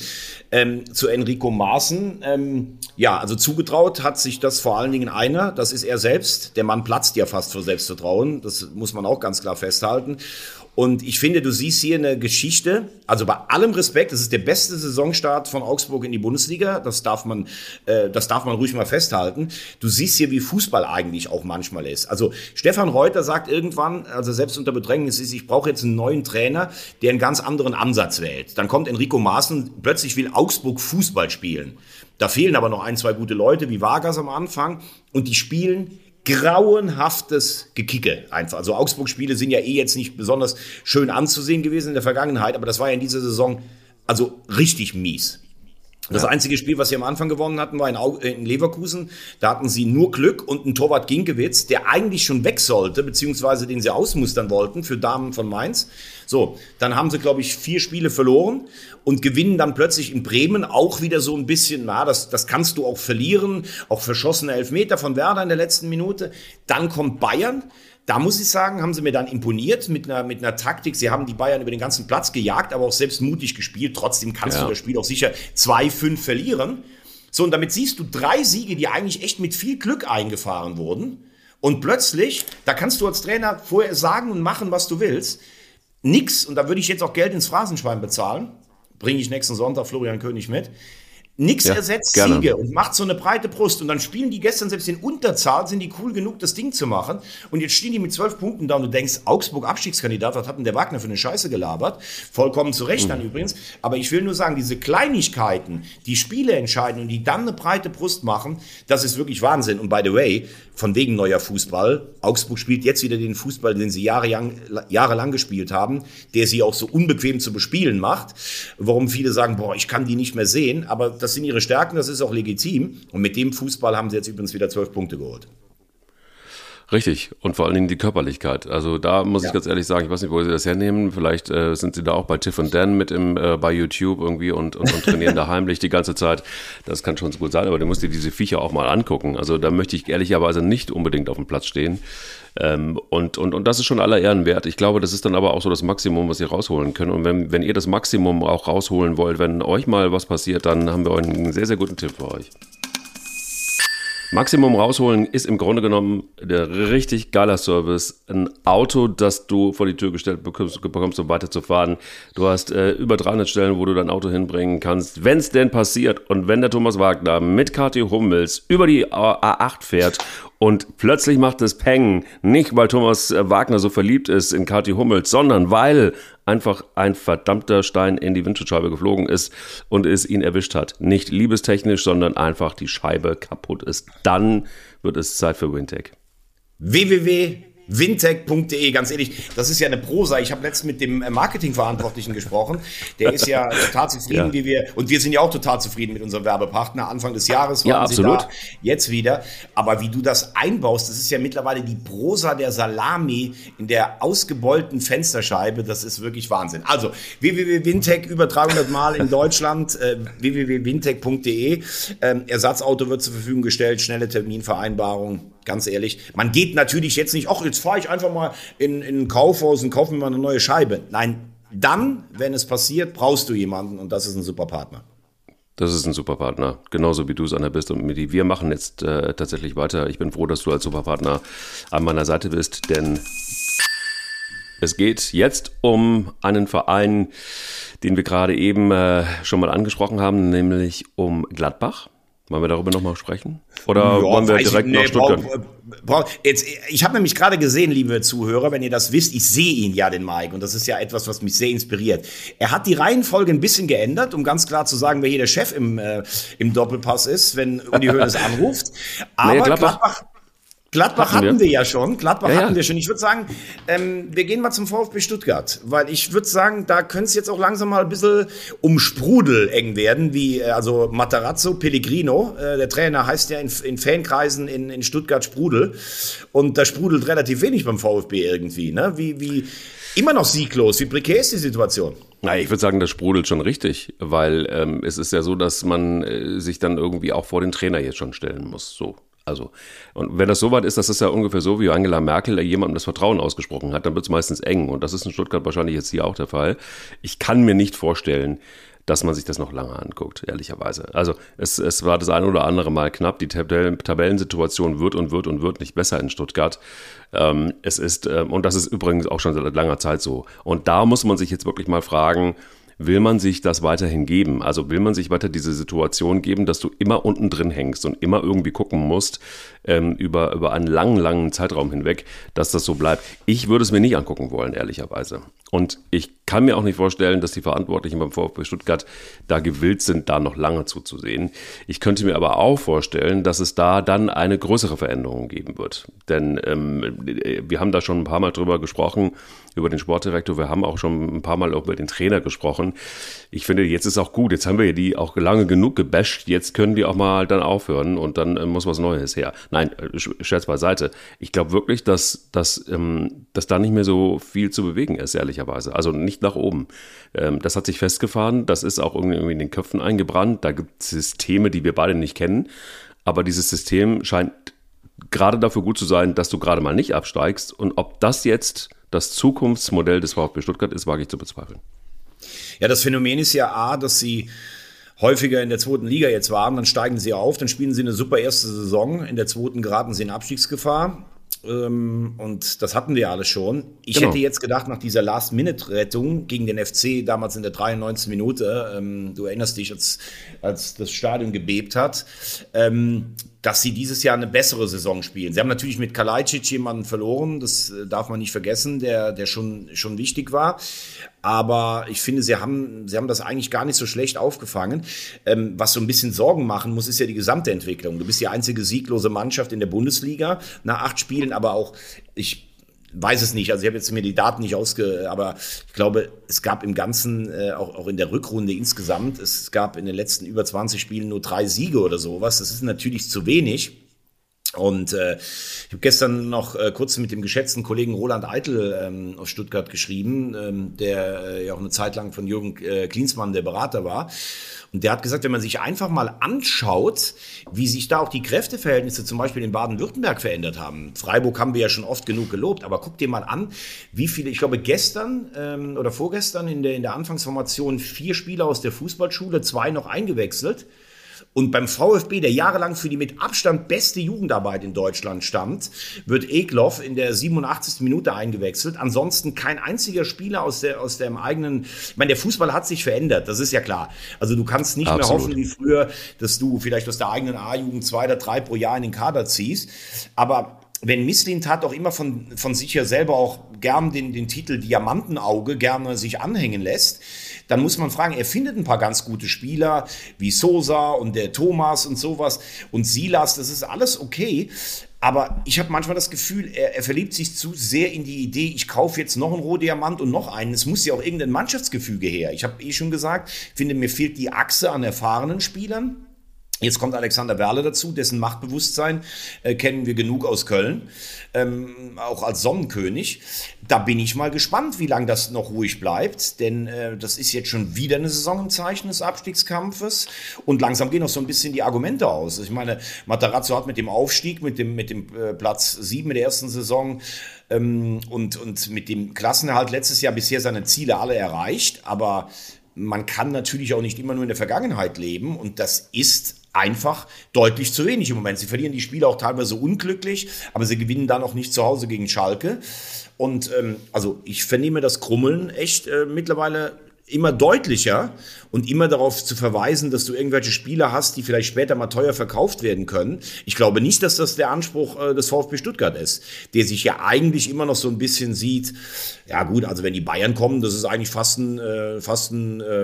Zu Enrico Maaßen, ja, also zugetraut hat sich das vor allen Dingen einer, das ist er selbst. Der Mann platzt ja fast vor Selbstvertrauen, das muss man auch ganz klar festhalten. Und ich finde, du siehst hier eine Geschichte, also bei allem Respekt, das ist der beste Saisonstart von Augsburg in die Bundesliga, das darf man ruhig mal festhalten. Du siehst hier, wie Fußball eigentlich auch manchmal ist. Also Stefan Reuter sagt irgendwann, also selbst unter Bedrängnis ist, ich brauche jetzt einen neuen Trainer, der einen ganz anderen Ansatz wählt. Dann kommt Enrico Maaßen, plötzlich will Augsburg Fußball spielen. Da fehlen aber noch 1, 2 gute Leute, wie Vargas am Anfang, und die spielen grauenhaftes Gekicke einfach. Also Augsburg-Spiele sind ja jetzt nicht besonders schön anzusehen gewesen in der Vergangenheit, aber das war ja in dieser Saison also richtig mies. Das einzige Spiel, was sie am Anfang gewonnen hatten, war in Leverkusen. Da hatten sie nur Glück und einen Torwart Ginkiewicz, der eigentlich schon weg sollte, beziehungsweise den sie ausmustern wollten für Damen von Mainz. So, dann haben sie, glaube ich, 4 Spiele verloren und gewinnen dann plötzlich in Bremen auch wieder so ein bisschen, das kannst du auch verlieren, auch verschossene Elfmeter von Werder in der letzten Minute. Dann kommt Bayern. Da muss ich sagen, haben sie mir dann imponiert mit einer Taktik. Sie haben die Bayern über den ganzen Platz gejagt, aber auch selbst mutig gespielt. Trotzdem kannst du das Spiel auch sicher 2-5 verlieren. So, und damit siehst du 3 Siege, die eigentlich echt mit viel Glück eingefahren wurden. Und plötzlich, da kannst du als Trainer vorher sagen und machen, was du willst. Nix, und da würde ich jetzt auch Geld ins Phrasenschwein bezahlen. Bringe ich nächsten Sonntag Florian König mit. Nix ersetzt gerne. Siege und macht so eine breite Brust. Und dann spielen die gestern selbst in Unterzahl, sind die cool genug, das Ding zu machen. Und jetzt stehen die mit 12 Punkten da und du denkst, Augsburg Abstiegskandidat, was hat denn der Wagner für eine Scheiße gelabert? Vollkommen zu Recht dann übrigens. Aber ich will nur sagen, diese Kleinigkeiten, die Spiele entscheiden und die dann eine breite Brust machen, das ist wirklich Wahnsinn. Und by the way, von wegen neuer Fußball, Augsburg spielt jetzt wieder den Fußball, den sie jahrelang gespielt haben, der sie auch so unbequem zu bespielen macht. Warum viele sagen, boah, ich kann die nicht mehr sehen, aber das sind ihre Stärken, das ist auch legitim. Und mit dem Fußball haben sie jetzt übrigens wieder 12 Punkte geholt. Richtig, und vor allen Dingen die Körperlichkeit. Also da muss ich ganz ehrlich sagen, ich weiß nicht, wo sie das hernehmen. Vielleicht sind sie da auch bei Tiff und Dan mit bei YouTube irgendwie und trainieren da heimlich die ganze Zeit. Das kann schon so gut sein, aber du musst dir diese Viecher auch mal angucken. Also da möchte ich ehrlicherweise nicht unbedingt auf dem Platz stehen. Und das ist schon aller Ehren wert. Ich glaube, das ist dann aber auch so das Maximum, was ihr rausholen könnt. Und wenn ihr das Maximum auch rausholen wollt, wenn euch mal was passiert, dann haben wir einen sehr, sehr guten Tipp für euch. Maximum rausholen ist im Grunde genommen der richtig geiler Service. Ein Auto, das du vor die Tür gestellt bekommst, um weiterzufahren. Du hast über 300 Stellen, wo du dein Auto hinbringen kannst. Wenn es denn passiert und wenn der Thomas Wagner mit Kathi Hummels über die A8 fährt und plötzlich macht es Peng, nicht weil Thomas Wagner so verliebt ist in Kathi Hummels, sondern weil einfach ein verdammter Stein in die Windschutzscheibe geflogen ist und es ihn erwischt hat. Nicht liebestechnisch, sondern einfach die Scheibe kaputt ist. Dann wird es Zeit für Wintec. www.wintec.de, ganz ehrlich, das ist ja eine Prosa. Ich habe letztens mit dem Marketingverantwortlichen gesprochen. Der ist ja total zufrieden, und wir sind ja auch total zufrieden mit unserem Werbepartner. Anfang des Jahres waren sie da, jetzt wieder. Aber wie du das einbaust, das ist ja mittlerweile die Prosa der Salami in der ausgebeulten Fensterscheibe. Das ist wirklich Wahnsinn. Also www.wintec, über 300 Mal in Deutschland, www.wintec.de. Ersatzauto wird zur Verfügung gestellt, schnelle Terminvereinbarung. Ganz ehrlich, man geht natürlich jetzt nicht, ach, jetzt fahre ich einfach mal in ein Kaufhaus und kaufe mir mal eine neue Scheibe. Nein, dann, wenn es passiert, brauchst du jemanden und das ist ein super Partner. Das ist ein super Partner, genauso wie du es einer bist und Midi. Wir machen jetzt tatsächlich weiter. Ich bin froh, dass du als Superpartner an meiner Seite bist, denn es geht jetzt um einen Verein, den wir gerade eben schon mal angesprochen haben, nämlich um Gladbach. Wollen wir darüber nochmal sprechen? Oder wollen wir direkt nach Stuttgart? Ich habe nämlich gerade gesehen, liebe Zuhörer, wenn ihr das wisst, ich sehe ihn ja, den Mike, und das ist ja etwas, was mich sehr inspiriert. Er hat die Reihenfolge ein bisschen geändert, um ganz klar zu sagen, wer hier der Chef im Doppelpass ist, wenn Uli Hoeneß anruft. Aber Gladbach Gladbach hatten wir ja schon. Ja. Ich würde sagen, wir gehen mal zum VfB Stuttgart, weil ich würde sagen, da könnte es jetzt auch langsam mal ein bisschen um Sprudel eng werden, wie also Matarazzo Pellegrino, der Trainer heißt ja in Fankreisen in Stuttgart Sprudel, und da sprudelt relativ wenig beim VfB irgendwie, ne? Wie immer noch sieglos, wie prekär ist die Situation? Na, ich würde sagen, das sprudelt schon richtig, weil es ist ja so, dass man sich dann irgendwie auch vor den Trainer jetzt schon stellen muss, so. Also, und wenn das so weit ist, das ist ja ungefähr so, wie Angela Merkel jemandem das Vertrauen ausgesprochen hat, dann wird es meistens eng. Und das ist in Stuttgart wahrscheinlich jetzt hier auch der Fall. Ich kann mir nicht vorstellen, dass man sich das noch lange anguckt, ehrlicherweise. Also es war das ein oder andere Mal knapp. Die Tabellensituation wird nicht besser in Stuttgart. Es ist, und das ist übrigens auch schon seit langer Zeit so. Und da muss man sich jetzt wirklich mal fragen, will man sich das weiterhin geben? Also will man sich weiter diese Situation geben, dass du immer unten drin hängst und immer irgendwie gucken musst, über einen langen Zeitraum hinweg, dass das so bleibt? Ich würde es mir nicht angucken wollen, ehrlicherweise. Und ich kann mir auch nicht vorstellen, dass die Verantwortlichen beim VfB Stuttgart da gewillt sind, da noch lange zuzusehen. Ich könnte mir aber auch vorstellen, dass es da dann eine größere Veränderung geben wird. Denn wir haben da schon ein paar Mal drüber gesprochen, über den Sportdirektor. Wir haben auch schon ein paar Mal auch über den Trainer gesprochen. Ich finde, jetzt ist auch gut. Jetzt haben wir die auch lange genug gebasht. Jetzt können die auch mal dann aufhören und dann muss was Neues her. Nein, Scherz beiseite. Ich glaube wirklich, dass da nicht mehr so viel zu bewegen ist, ehrlicherweise. Also nicht nach oben. Das hat sich festgefahren. Das ist auch irgendwie in den Köpfen eingebrannt. Da gibt es Systeme, die wir beide nicht kennen. Aber dieses System scheint gerade dafür gut zu sein, dass du gerade mal nicht absteigst. Und ob das jetzt das Zukunftsmodell des VfB Stuttgart ist, wage ich zu bezweifeln. Ja, das Phänomen ist ja A, dass sie häufiger in der zweiten Liga jetzt waren, dann steigen sie auf, dann spielen sie eine super erste Saison, in der zweiten geraten sie in Abstiegsgefahr. Und das hatten wir alles schon. Ich hätte jetzt gedacht, nach dieser Last-Minute-Rettung gegen den FC, damals in der 93. Minute, du erinnerst dich, als das Stadion gebebt hat, dass sie dieses Jahr eine bessere Saison spielen. Sie haben natürlich mit Kalajdzic jemanden verloren, das darf man nicht vergessen, der schon wichtig war. Aber ich finde, sie haben das eigentlich gar nicht so schlecht aufgefangen. Was so ein bisschen Sorgen machen muss, ist ja die gesamte Entwicklung. Du bist die einzige sieglose Mannschaft in der Bundesliga nach 8 Spielen, aber auch, ich weiß es nicht, also ich habe jetzt mir die Daten nicht aber ich glaube, es gab im Ganzen, auch in der Rückrunde insgesamt, es gab in den letzten über 20 Spielen nur 3 Siege oder sowas. Das ist natürlich zu wenig. Und ich habe gestern noch kurz mit dem geschätzten Kollegen Roland Eitel aus Stuttgart geschrieben, der ja auch eine Zeit lang von Jürgen Klinsmann der Berater war. Und der hat gesagt, wenn man sich einfach mal anschaut, wie sich da auch die Kräfteverhältnisse zum Beispiel in Baden-Württemberg verändert haben. Freiburg haben wir ja schon oft genug gelobt, aber guck dir mal an, wie viele, ich glaube gestern oder vorgestern in der Anfangsformation 4 Spieler aus der Fußballschule, 2 noch eingewechselt. Und beim VfB, der jahrelang für die mit Abstand beste Jugendarbeit in Deutschland stammt, wird Egloff in der 87. Minute eingewechselt. Ansonsten kein einziger Spieler aus dem eigenen, ich meine, der Fußball hat sich verändert, das ist ja klar. Also du kannst nicht mehr hoffen wie früher, dass du vielleicht aus der eigenen A-Jugend 2 oder 3 pro Jahr in den Kader ziehst. Aber wenn Mislintat auch immer von sich ja selber auch gern den Titel Diamantenauge gerne sich anhängen lässt, dann muss man fragen, er findet ein paar ganz gute Spieler, wie Sosa und der Thomas und sowas und Silas, das ist alles okay. Aber ich habe manchmal das Gefühl, er verliebt sich zu sehr in die Idee, ich kaufe jetzt noch einen Rohdiamant und noch einen. Es muss ja auch irgendein Mannschaftsgefüge her. Ich habe schon gesagt, finde, mir fehlt die Achse an erfahrenen Spielern. Jetzt kommt Alexander Werle dazu, dessen Machtbewusstsein kennen wir genug aus Köln, auch als Sonnenkönig. Da bin ich mal gespannt, wie lange das noch ruhig bleibt, denn das ist jetzt schon wieder eine Saison im Zeichen des Abstiegskampfes und langsam gehen auch so ein bisschen die Argumente aus. Ich meine, Matarazzo hat mit dem Aufstieg, mit dem Platz 7 in der ersten Saison und mit dem Klassenerhalt letztes Jahr bisher seine Ziele alle erreicht, aber man kann natürlich auch nicht immer nur in der Vergangenheit leben und das ist einfach deutlich zu wenig im Moment. Sie verlieren die Spiele auch teilweise unglücklich, aber sie gewinnen dann auch nicht zu Hause gegen Schalke. Und also ich vernehme das Krummeln echt mittlerweile immer deutlicher und immer darauf zu verweisen, dass du irgendwelche Spieler hast, die vielleicht später mal teuer verkauft werden können. Ich glaube nicht, dass das der Anspruch des VfB Stuttgart ist, der sich ja eigentlich immer noch so ein bisschen sieht, ja gut, also wenn die Bayern kommen, das ist eigentlich fast ein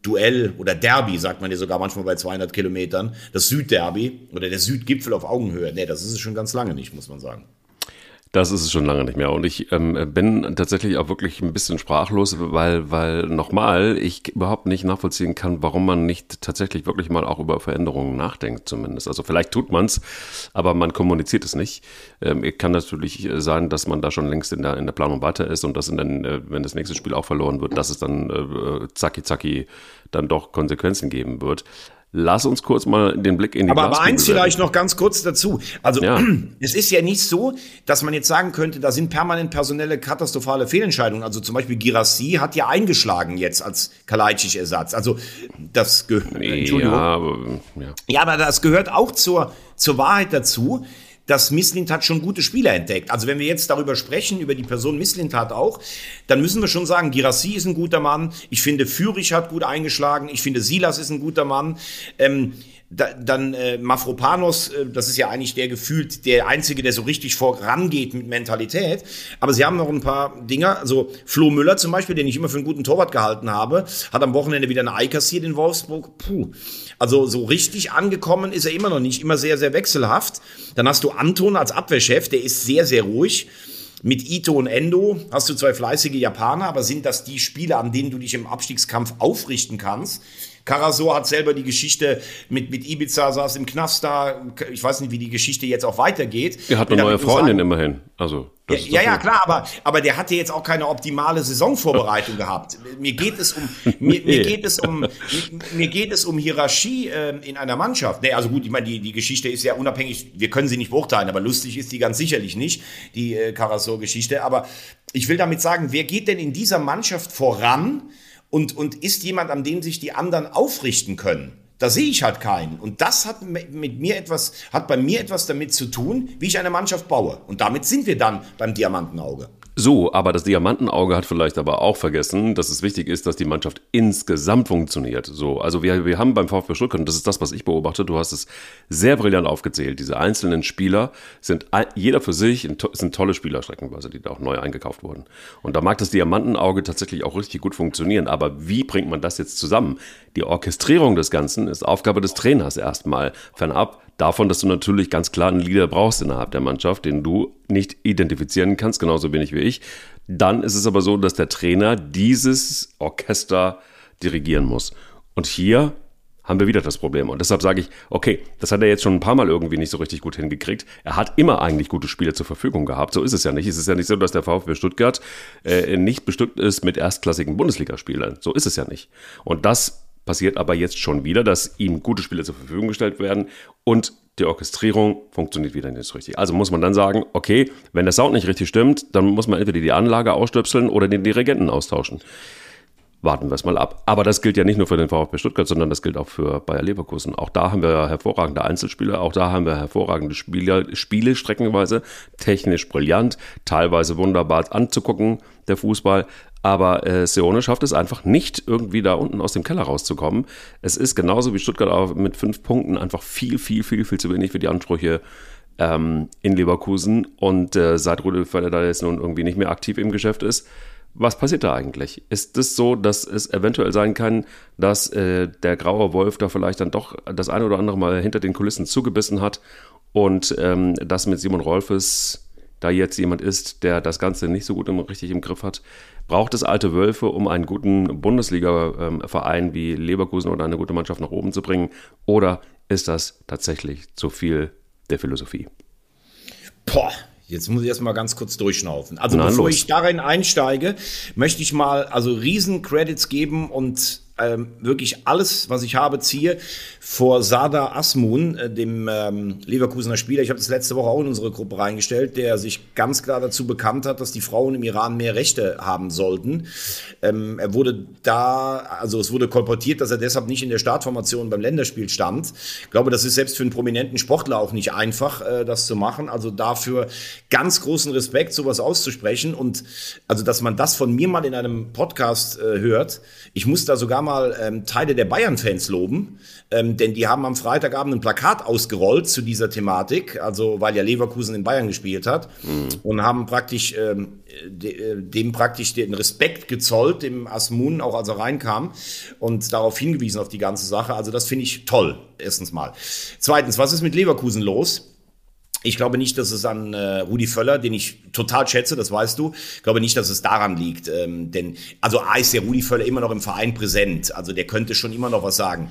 Duell oder Derby, sagt man ja sogar manchmal bei 200 Kilometern, das Südderby oder der Südgipfel auf Augenhöhe. Nee, das ist es schon ganz lange nicht, muss man sagen. Das ist es schon lange nicht mehr. Und ich bin tatsächlich auch wirklich ein bisschen sprachlos, weil nochmal, ich überhaupt nicht nachvollziehen kann, warum man nicht tatsächlich wirklich mal auch über Veränderungen nachdenkt zumindest. Also vielleicht tut man es, aber man kommuniziert es nicht. Kann natürlich sein, dass man da schon längst in der Planung weiter ist und dass dann, wenn das nächste Spiel auch verloren wird, dass es dann zacki dann doch Konsequenzen geben wird. Lass uns kurz mal den Blick in die Aber Glaskugel eins vielleicht noch ganz kurz dazu. Also Ja. es ist ja nicht so, dass man jetzt sagen könnte, da sind permanent personelle katastrophale Fehlentscheidungen. Also zum Beispiel Guirassy hat ja eingeschlagen jetzt als Kalajdzic-Ersatz. Also das Entschuldigung. Ja, aber das gehört auch zur Wahrheit dazu, dass Mislintat schon gute Spieler entdeckt. Also wenn wir jetzt darüber sprechen, über die Person Mislintat auch, dann müssen wir schon sagen, Guirassy ist ein guter Mann. Ich finde, Fürich hat gut eingeschlagen. Ich finde, Silas ist ein guter Mann. Dann Mavropanos, das ist ja eigentlich der Einzige, der so richtig vorangeht mit Mentalität. Aber sie haben noch ein paar Dinger, also Flo Müller zum Beispiel, den ich immer für einen guten Torwart gehalten habe, hat am Wochenende wieder eine Ei kassiert in Wolfsburg. Puh. Also so richtig angekommen ist er immer noch nicht, immer sehr, sehr wechselhaft. Dann hast du Anton als Abwehrchef, der ist sehr, sehr ruhig. Mit Ito und Endo hast du zwei fleißige Japaner, aber sind das die Spieler, an denen du dich im Abstiegskampf aufrichten kannst? Karasor hat selber die Geschichte mit Ibiza, saß im Knast da. Ich weiß nicht, wie die Geschichte jetzt auch weitergeht. Er hat eine neue Freundin immerhin. Also, ja, klar, aber der hatte jetzt auch keine optimale Saisonvorbereitung gehabt. Mir geht es um Hierarchie in einer Mannschaft. Nee, also gut, ich meine, die Geschichte ist ja unabhängig, wir können sie nicht beurteilen, aber lustig ist die ganz sicherlich nicht, die Karasor-Geschichte. Aber ich will damit sagen, wer geht denn in dieser Mannschaft voran? Und ist jemand, an dem sich die anderen aufrichten können? Da sehe ich halt keinen. Und das hat bei mir etwas damit zu tun, wie ich eine Mannschaft baue. Und damit sind wir dann beim Diamantenauge. So, aber das Diamantenauge hat vielleicht aber auch vergessen, dass es wichtig ist, dass die Mannschaft insgesamt funktioniert. So, also wir haben beim VfB Stuttgart, und das ist das, was ich beobachte, du hast es sehr brillant aufgezählt, diese einzelnen Spieler sind jeder für sich, sind tolle Spieler streckenweise, die da auch neu eingekauft wurden. Und da mag das Diamantenauge tatsächlich auch richtig gut funktionieren, aber wie bringt man das jetzt zusammen? Die Orchestrierung des Ganzen ist Aufgabe des Trainers erstmal, fernab davon, dass du natürlich ganz klar einen Leader brauchst innerhalb der Mannschaft, den du nicht identifizieren kannst, genauso wenig wie ich. Dann ist es aber so, dass der Trainer dieses Orchester dirigieren muss. Und hier haben wir wieder das Problem. Und deshalb sage ich, okay, das hat er jetzt schon ein paar Mal irgendwie nicht so richtig gut hingekriegt. Er hat immer eigentlich gute Spieler zur Verfügung gehabt. So ist es ja nicht. Es ist ja nicht so, dass der VfB Stuttgart nicht bestückt ist mit erstklassigen Bundesligaspielern. So ist es ja nicht. Und das passiert aber jetzt schon wieder, dass ihm gute Spieler zur Verfügung gestellt werden und die Orchestrierung funktioniert wieder nicht so richtig. Also muss man dann sagen, okay, wenn der Sound nicht richtig stimmt, dann muss man entweder die Anlage ausstöpseln oder den Dirigenten austauschen. Warten wir es mal ab. Aber das gilt ja nicht nur für den VfB Stuttgart, sondern das gilt auch für Bayer Leverkusen. Auch da haben wir hervorragende Einzelspieler, auch da haben wir hervorragende Spiele streckenweise, technisch brillant, teilweise wunderbar anzugucken, der Fußball. Aber Seoane schafft es einfach nicht, irgendwie da unten aus dem Keller rauszukommen. Es ist genauso wie Stuttgart auch mit 5 Punkten einfach viel zu wenig für die Ansprüche in Leverkusen. Und seit Rudi Völler da jetzt nun irgendwie nicht mehr aktiv im Geschäft ist, was passiert da eigentlich? Ist es so, dass es eventuell sein kann, dass der graue Wolf da vielleicht dann doch das eine oder andere Mal hinter den Kulissen zugebissen hat und dass mit Simon Rolfes da jetzt jemand ist, der das Ganze nicht so gut richtig im Griff hat? Braucht es alte Wölfe, um einen guten Bundesliga-Verein wie Leverkusen oder eine gute Mannschaft nach oben zu bringen? Oder ist das tatsächlich zu viel der Philosophie? Jetzt muss ich erstmal ganz kurz durchschnaufen. Also bevor ich darin einsteige, möchte ich mal riesen Credits geben und wirklich alles, was ich habe, ziehe vor Sardar Azmoun, dem Leverkusener Spieler. Ich habe das letzte Woche auch in unsere Gruppe reingestellt, der sich ganz klar dazu bekannt hat, dass die Frauen im Iran mehr Rechte haben sollten. Es wurde kolportiert, dass er deshalb nicht in der Startformation beim Länderspiel stand. Ich glaube, das ist selbst für einen prominenten Sportler auch nicht einfach, das zu machen. Also dafür ganz großen Respekt, sowas auszusprechen. Und also, dass man das von mir mal in einem Podcast hört. Ich muss da sogar mal mal Teile der Bayern-Fans loben, denn die haben am Freitagabend ein Plakat ausgerollt zu dieser Thematik, also weil ja Leverkusen in Bayern gespielt hat, und haben praktisch dem praktisch den Respekt gezollt, dem Asmun, auch als er reinkam, und darauf hingewiesen auf die ganze Sache. Also das finde ich toll, erstens mal. Zweitens, was ist mit Leverkusen los? Ich glaube nicht, dass es an Rudi Völler, den ich total schätze, das weißt du, ich glaube nicht, dass es daran liegt. Denn also A ist der Rudi Völler immer noch im Verein präsent, also der könnte schon immer noch was sagen.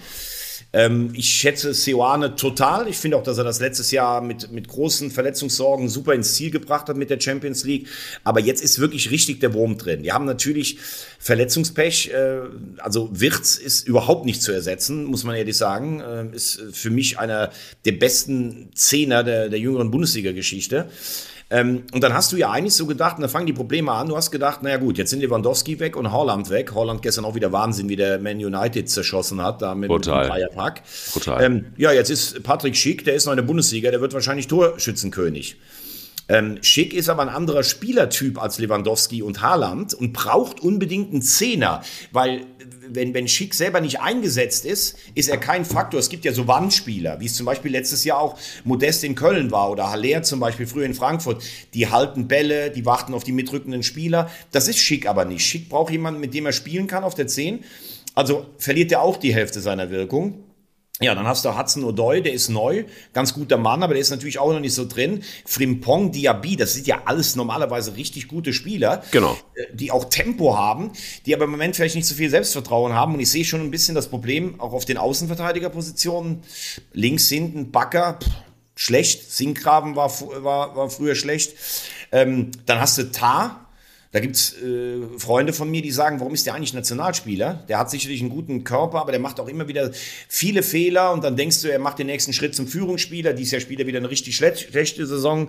Ich schätze Seoane total. Ich finde auch, dass er das letztes Jahr mit großen Verletzungssorgen super ins Ziel gebracht hat mit der Champions League. Aber jetzt ist wirklich richtig der Wurm drin. Wir haben natürlich Verletzungspech. Also Wirtz ist überhaupt nicht zu ersetzen, muss man ehrlich sagen. Ist für mich einer der besten Zehner der jüngeren Bundesliga-Geschichte. Und dann hast du ja eigentlich so gedacht, und dann fangen die Probleme an, du hast gedacht, naja gut, jetzt sind Lewandowski weg und Haaland weg. Haaland gestern auch wieder Wahnsinn, wie der Man United zerschossen hat, da mit dem Dreierpack. Ja, jetzt ist Patrick Schick, der ist noch in der Bundesliga, der wird wahrscheinlich Torschützenkönig. Schick ist aber ein anderer Spielertyp als Lewandowski und Haaland und braucht unbedingt einen Zehner, weil wenn Schick selber nicht eingesetzt ist, ist er kein Faktor. Es gibt ja so Wandspieler, wie es zum Beispiel letztes Jahr auch Modest in Köln war oder Haller zum Beispiel früher in Frankfurt. Die halten Bälle, die warten auf die mitrückenden Spieler. Das ist Schick aber nicht. Schick braucht jemanden, mit dem er spielen kann auf der 10. Also verliert er auch die Hälfte seiner Wirkung. Ja, dann hast du Hudson-Odoi, der ist neu, ganz guter Mann, aber der ist natürlich auch noch nicht so drin. Frimpong, Diaby, das sind ja alles normalerweise richtig gute Spieler, genau, die auch Tempo haben, die aber im Moment vielleicht nicht so viel Selbstvertrauen haben. Und ich sehe schon ein bisschen das Problem, auch auf den Außenverteidigerpositionen. Links hinten, Bakker, schlecht, Sinkgraven war früher schlecht. Dann hast du Tah. Da gibt's Freunde von mir, die sagen, warum ist der eigentlich Nationalspieler? Der hat sicherlich einen guten Körper, aber der macht auch immer wieder viele Fehler und dann denkst du, er macht den nächsten Schritt zum Führungsspieler. Dieses Jahr spielt er wieder eine richtig schlechte Saison.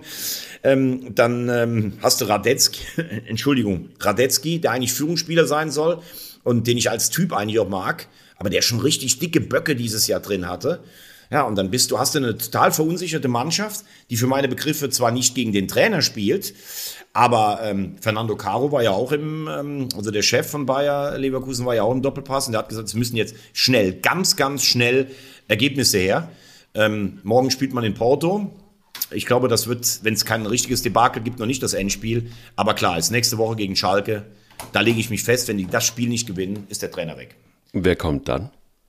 Dann hast du Radetzky, der eigentlich Führungsspieler sein soll und den ich als Typ eigentlich auch mag, aber der schon richtig dicke Böcke dieses Jahr drin hatte. Ja, und dann hast du eine total verunsicherte Mannschaft, die für meine Begriffe zwar nicht gegen den Trainer spielt, aber Fernando Caro war ja auch also der Chef von Bayer Leverkusen war ja auch im Doppelpass und der hat gesagt, es müssen jetzt schnell, ganz, ganz schnell Ergebnisse her. Morgen spielt man in Porto. Ich glaube, das wird, wenn es kein richtiges Debakel gibt, noch nicht das Endspiel. Aber klar, ist nächste Woche gegen Schalke. Da lege ich mich fest, wenn die das Spiel nicht gewinnen, ist der Trainer weg. Wer kommt dann?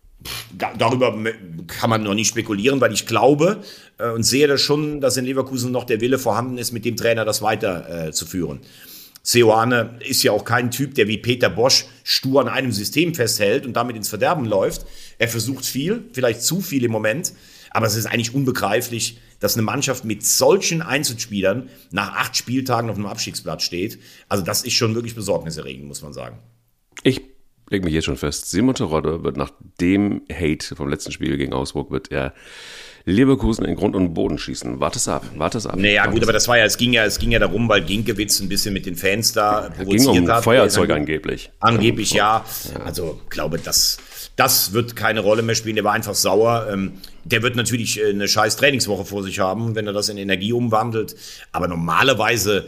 Darüber kann man noch nicht spekulieren, weil ich glaube und sehe das schon, dass in Leverkusen noch der Wille vorhanden ist, mit dem Trainer das weiter zu führen. Seoane ist ja auch kein Typ, der wie Peter Bosch stur an einem System festhält und damit ins Verderben läuft. Er versucht viel, vielleicht zu viel im Moment, aber es ist eigentlich unbegreiflich, dass eine Mannschaft mit solchen Einzelspielern nach 8 Spieltagen auf einem Abstiegsplatz steht. Also das ist schon wirklich besorgniserregend, muss man sagen. Ich lege mich jetzt schon fest, Simon Terodde wird nach dem Hate vom letzten Spiel gegen Augsburg, wird er Leverkusen in Grund und Boden schießen. Warte es ab. Naja, gut, aber das war ja, es ging ja darum, weil Ginkiewicz ein bisschen mit den Fans da provoziert ging um hat. Feuerzeug angeblich. Angeblich, ja. Also, glaube, das wird keine Rolle mehr spielen. Der war einfach sauer. Der wird natürlich eine scheiß Trainingswoche vor sich haben, wenn er das in Energie umwandelt. Aber normalerweise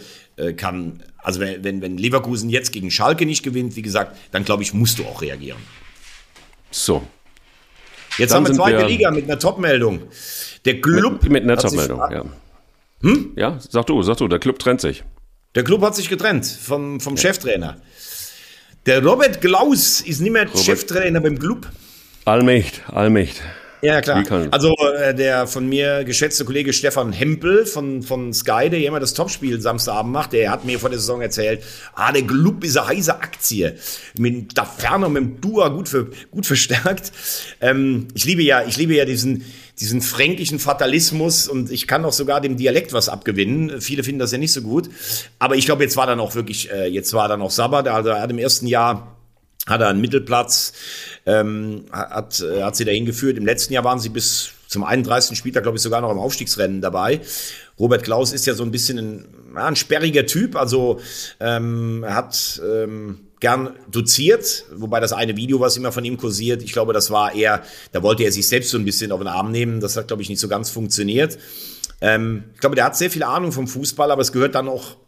also wenn Leverkusen jetzt gegen Schalke nicht gewinnt, wie gesagt, dann glaube ich, musst du auch reagieren. So. Jetzt haben wir zweite Liga mit einer Topmeldung. Der Club mit einer Topmeldung, ja. Ja, sag du, der Club trennt sich. Der Club hat sich getrennt vom Cheftrainer. Der Robert Klaus ist nicht mehr Cheftrainer beim Club. Allmächt. Ja, klar. Also der von mir geschätzte Kollege Stefan Hempel von Sky, der immer das Topspiel Samstagabend macht, der hat mir vor der Saison erzählt, der Club ist eine heiße Aktie. Mit der Ferne, mit dem Dua gut verstärkt. Ich liebe ja diesen fränkischen Fatalismus und ich kann auch sogar dem Dialekt was abgewinnen. Viele finden das ja nicht so gut. Aber ich glaube, jetzt war dann auch Sabbat. Also er hat im ersten Jahr hat er einen Mittelplatz, hat sie dahin geführt. Im letzten Jahr waren sie bis zum 31. Spieltag, glaube ich, sogar noch im Aufstiegsrennen dabei. Robert Klaus ist ja so ein bisschen ein sperriger Typ, also er hat gern doziert, wobei das eine Video, was immer von ihm kursiert, ich glaube, das war eher, da wollte er sich selbst so ein bisschen auf den Arm nehmen, das hat, glaube ich, nicht so ganz funktioniert. Ich glaube, der hat sehr viel Ahnung vom Fußball, aber es gehört dann auch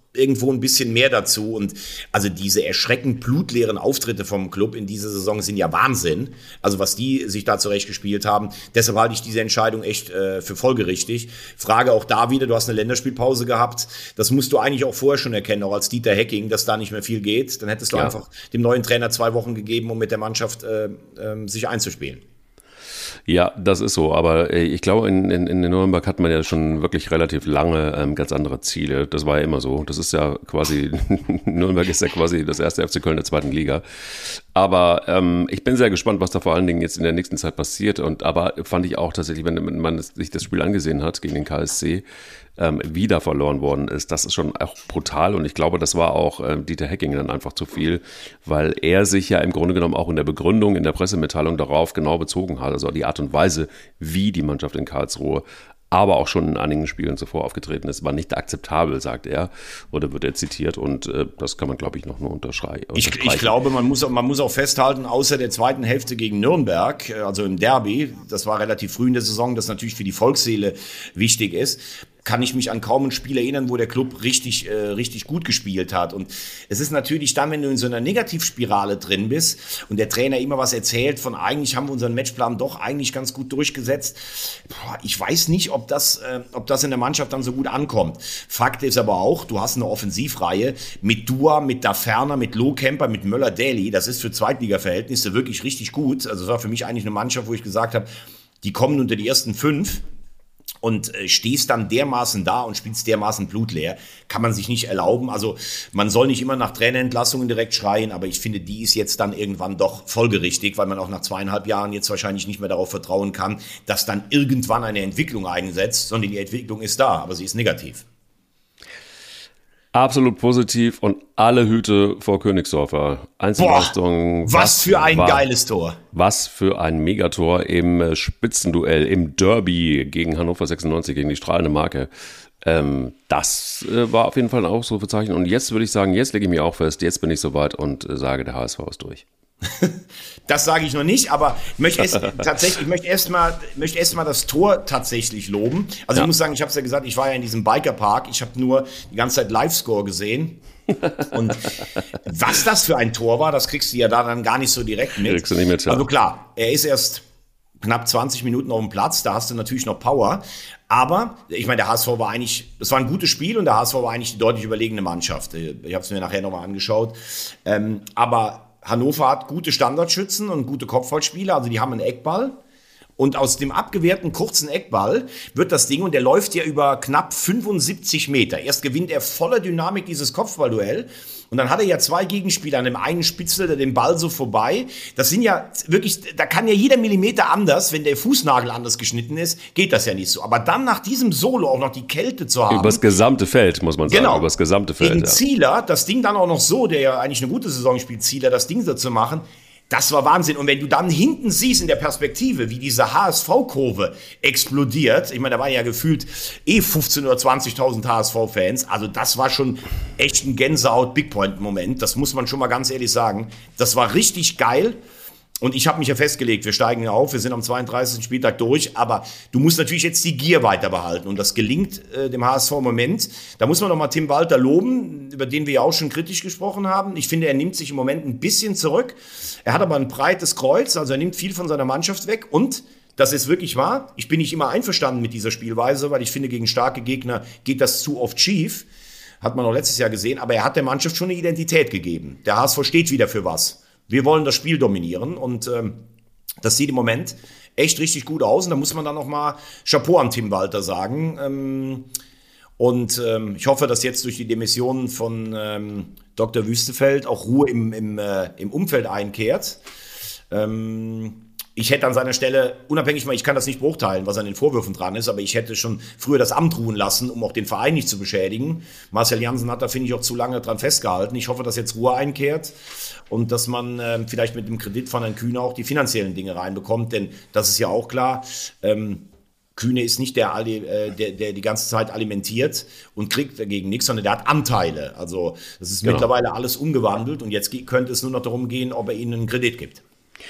irgendwo ein bisschen mehr dazu. Und also diese erschreckend blutleeren Auftritte vom Club in dieser Saison sind ja Wahnsinn. Also was die sich da zurechtgespielt haben. Deshalb halte ich diese Entscheidung echt für folgerichtig. Frage auch da wieder, du hast eine Länderspielpause gehabt. Das musst du eigentlich auch vorher schon erkennen, auch als Dieter Hecking, dass da nicht mehr viel geht. Dann hättest du einfach dem neuen Trainer 2 Wochen gegeben, um mit der Mannschaft sich einzuspielen. Ja, das ist so, aber ich glaube, in Nürnberg hat man ja schon wirklich relativ lange ganz andere Ziele. Das war ja immer so. Das ist ja quasi, Nürnberg ist ja quasi das erste FC Köln der 2. Liga. Aber ich bin sehr gespannt, was da vor allen Dingen jetzt in der nächsten Zeit passiert. Aber fand ich auch tatsächlich, wenn man sich das Spiel angesehen hat gegen den KSC, wieder verloren worden ist. Das ist schon auch brutal und ich glaube, das war auch Dieter Hecking dann einfach zu viel, weil er sich ja im Grunde genommen auch in der Begründung, in der Pressemitteilung darauf genau bezogen hat, also die Art und Weise, wie die Mannschaft in Karlsruhe aber auch schon in einigen Spielen zuvor aufgetreten ist, war nicht akzeptabel, sagt er, oder wird er zitiert und das kann man, glaube ich, noch nur unterstreichen. Ich glaube, man muss auch festhalten, außer der zweiten Hälfte gegen Nürnberg, also im Derby, das war relativ früh in der Saison, das natürlich für die Volksseele wichtig ist, kann ich mich an kaum ein Spiel erinnern, wo der Club richtig gut gespielt hat. Und es ist natürlich dann, wenn du in so einer Negativspirale drin bist und der Trainer immer was erzählt von eigentlich haben wir unseren Matchplan doch eigentlich ganz gut durchgesetzt. Ich weiß nicht, ob das in der Mannschaft dann so gut ankommt. Fakt ist aber auch, du hast eine Offensivreihe mit Dua, mit Daferner, mit Lohkemper, mit Möller-Daly. Das ist für Zweitliga-Verhältnisse wirklich richtig gut. Also es war für mich eigentlich eine Mannschaft, wo ich gesagt habe, die kommen unter die ersten 5. Und stehst dann dermaßen da und spielst dermaßen blutleer, kann man sich nicht erlauben. Also man soll nicht immer nach Trainerentlassungen direkt schreien, aber ich finde, die ist jetzt dann irgendwann doch folgerichtig, weil man auch nach 2,5 Jahren jetzt wahrscheinlich nicht mehr darauf vertrauen kann, dass dann irgendwann eine Entwicklung einsetzt, sondern die Entwicklung ist da, aber sie ist negativ. Absolut positiv und alle Hüte vor Königsdorfer. Einzelleistung. Was für ein geiles Tor. Was für ein Megator im Spitzenduell, im Derby gegen Hannover 96, gegen die strahlende Marke. Das war auf jeden Fall ein Ausrufezeichen. Und jetzt würde ich sagen, jetzt lege ich mich auch fest, jetzt bin ich soweit und sage, der HSV ist durch. Das sage ich noch nicht, aber ich möchte erst mal das Tor tatsächlich loben. Also ich muss sagen, ich habe es ja gesagt, ich war ja in diesem Bikerpark, ich habe nur die ganze Zeit Live-Score gesehen. Und was das für ein Tor war, das kriegst du ja da dann gar nicht so direkt mit. Kriegst du nicht mit, ja. Also klar, er ist erst knapp 20 Minuten auf dem Platz, da hast du natürlich noch Power. Aber, ich meine, der HSV war eigentlich, es war ein gutes Spiel und der HSV war eigentlich die deutlich überlegene Mannschaft. Ich habe es mir nachher nochmal angeschaut. Aber Hannover hat gute Standardschützen und gute Kopfballspieler, also die haben einen Eckball. Und aus dem abgewehrten kurzen Eckball wird das Ding, und der läuft ja über knapp 75 Meter. Erst gewinnt er voller Dynamik dieses Kopfballduell. Und dann hat er ja 2 Gegenspieler, an dem einen spitzelt er den Ball so vorbei. Das sind ja wirklich, da kann ja jeder Millimeter anders, wenn der Fußnagel anders geschnitten ist, geht das ja nicht so. Aber dann nach diesem Solo auch noch die Kälte zu haben. Übers gesamte Feld, muss man sagen. Genau. Übers gesamte Feld. Gegen Zieler, das Ding dann auch noch so, der ja eigentlich eine gute Saison spielt, Zieler, das Ding so zu machen. Das war Wahnsinn. Und wenn du dann hinten siehst in der Perspektive, wie diese HSV-Kurve explodiert, ich meine, da waren ja gefühlt 15.000 oder 20.000 HSV-Fans, also das war schon echt ein Gänsehaut-Big-Point-Moment, das muss man schon mal ganz ehrlich sagen. Das war richtig geil. Und ich habe mich ja festgelegt, wir steigen ja auf, wir sind am 32. Spieltag durch, aber du musst natürlich jetzt die Gier weiter behalten und das gelingt dem HSV im Moment. Da muss man noch mal Tim Walter loben, über den wir ja auch schon kritisch gesprochen haben. Ich finde, er nimmt sich im Moment ein bisschen zurück. Er hat aber ein breites Kreuz, also er nimmt viel von seiner Mannschaft weg und das ist wirklich wahr. Ich bin nicht immer einverstanden mit dieser Spielweise, weil ich finde, gegen starke Gegner geht das zu oft schief. Hat man auch letztes Jahr gesehen, aber er hat der Mannschaft schon eine Identität gegeben. Der HSV steht wieder für was. Wir wollen das Spiel dominieren und das sieht im Moment echt richtig gut aus. Und da muss man dann noch mal Chapeau an Tim Walter sagen. Und ich hoffe, dass jetzt durch die Demissionen von Dr. Wüstefeld auch Ruhe im Umfeld einkehrt. Ich hätte an seiner Stelle, unabhängig von, ich kann das nicht beurteilen, was an den Vorwürfen dran ist, aber ich hätte schon früher das Amt ruhen lassen, um auch den Verein nicht zu beschädigen. Marcel Janssen hat da, finde ich, auch zu lange dran festgehalten. Ich hoffe, dass jetzt Ruhe einkehrt und dass man vielleicht mit dem Kredit von Herrn Kühne auch die finanziellen Dinge reinbekommt, denn das ist ja auch klar, Kühne ist nicht der die ganze Zeit alimentiert und kriegt dagegen nichts, sondern der hat Anteile. Also das ist mittlerweile alles umgewandelt und jetzt könnte es nur noch darum gehen, ob er ihnen einen Kredit gibt.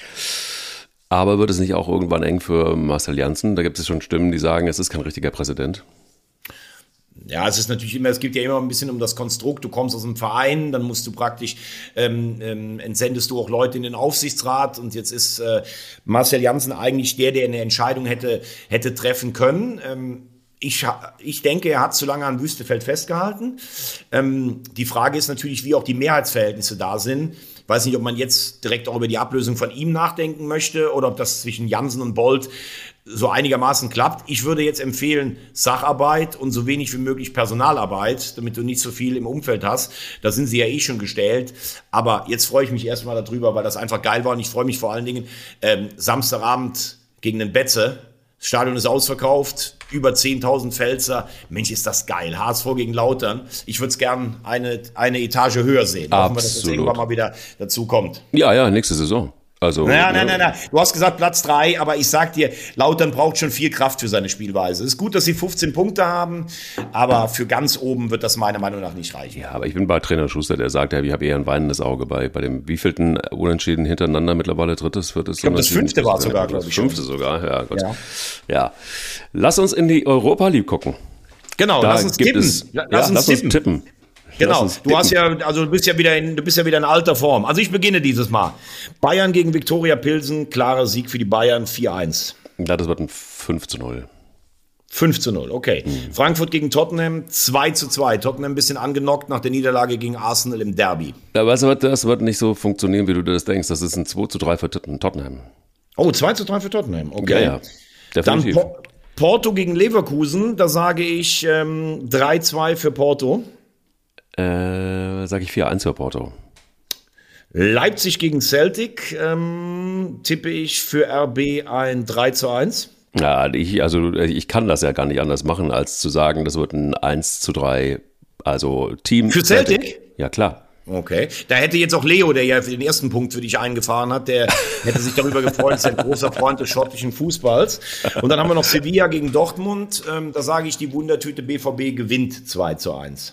Aber wird es nicht auch irgendwann eng für Marcel Janssen? Da gibt es schon Stimmen, die sagen, es ist kein richtiger Präsident. Ja, es ist natürlich immer, es geht ja immer ein bisschen um das Konstrukt. Du kommst aus einem Verein, dann musst du praktisch, entsendest du auch Leute in den Aufsichtsrat und jetzt ist Marcel Janssen eigentlich der eine Entscheidung hätte treffen können. Ich denke, er hat zu lange an Wüstefeld festgehalten. Die Frage ist natürlich, wie auch die Mehrheitsverhältnisse da sind. Ich weiß nicht, ob man jetzt direkt auch über die Ablösung von ihm nachdenken möchte oder ob das zwischen Janssen und Bolt so einigermaßen klappt. Ich würde jetzt empfehlen, Sacharbeit und so wenig wie möglich Personalarbeit, damit du nicht so viel im Umfeld hast. Da sind sie ja eh schon gestellt. Aber jetzt freue ich mich erstmal darüber, weil das einfach geil war. Und ich freue mich vor allen Dingen, Samstagabend gegen den Betze. Das Stadion ist ausverkauft, über 10.000 Pfälzer. Mensch, ist das geil. HSV gegen Lautern. Ich würde es gern eine Etage höher sehen. Hoffen wir, dass es irgendwann mal wieder dazu kommt. Ja, nächste Saison. Also, Nein. Du hast gesagt Platz 3, aber ich sag dir, Lautern braucht schon viel Kraft für seine Spielweise. Es ist gut, dass sie 15 Punkte haben, aber für ganz oben wird das meiner Meinung nach nicht reichen. Ja, aber ich bin bei Trainer Schuster, der sagt, ich habe eher ein weinendes Auge bei dem wievielten Unentschieden hintereinander mittlerweile, drittes, viertes. Ich glaube, das 5. war sogar, glaube ich. 5. sogar, ja, Gott. Ja. Lass uns in die Europa League gucken. Genau, lass uns tippen. Lass uns tippen. Genau, du bist ja wieder in alter Form. Also ich beginne dieses Mal. Bayern gegen Viktoria Pilsen, klarer Sieg für die Bayern, 4-1. Ja, das wird ein 5-0. 5-0, okay. Frankfurt gegen Tottenham, 2-2. Tottenham ein bisschen angenockt nach der Niederlage gegen Arsenal im Derby. Ja, weißt du, das wird nicht so funktionieren, wie du das denkst. Das ist ein 2-3 für Tottenham. Oh, 2-3 für Tottenham, okay. Ja, definitiv. Dann Porto gegen Leverkusen, da sage ich 3-2 für Porto. Sage ich 4-1 für Porto. Leipzig gegen Celtic tippe ich für RB ein 3-1. Ja, ich kann das ja gar nicht anders machen, als zu sagen, das wird ein 1-3, also Team. Für Celtic? Ja, klar. Okay. Da hätte jetzt auch Leo, der ja für den ersten Punkt für dich eingefahren hat, der hätte sich darüber gefreut, ist ein großer Freund des schottischen Fußballs. Und dann haben wir noch Sevilla gegen Dortmund. Da sage ich, die Wundertüte BVB gewinnt 2-1.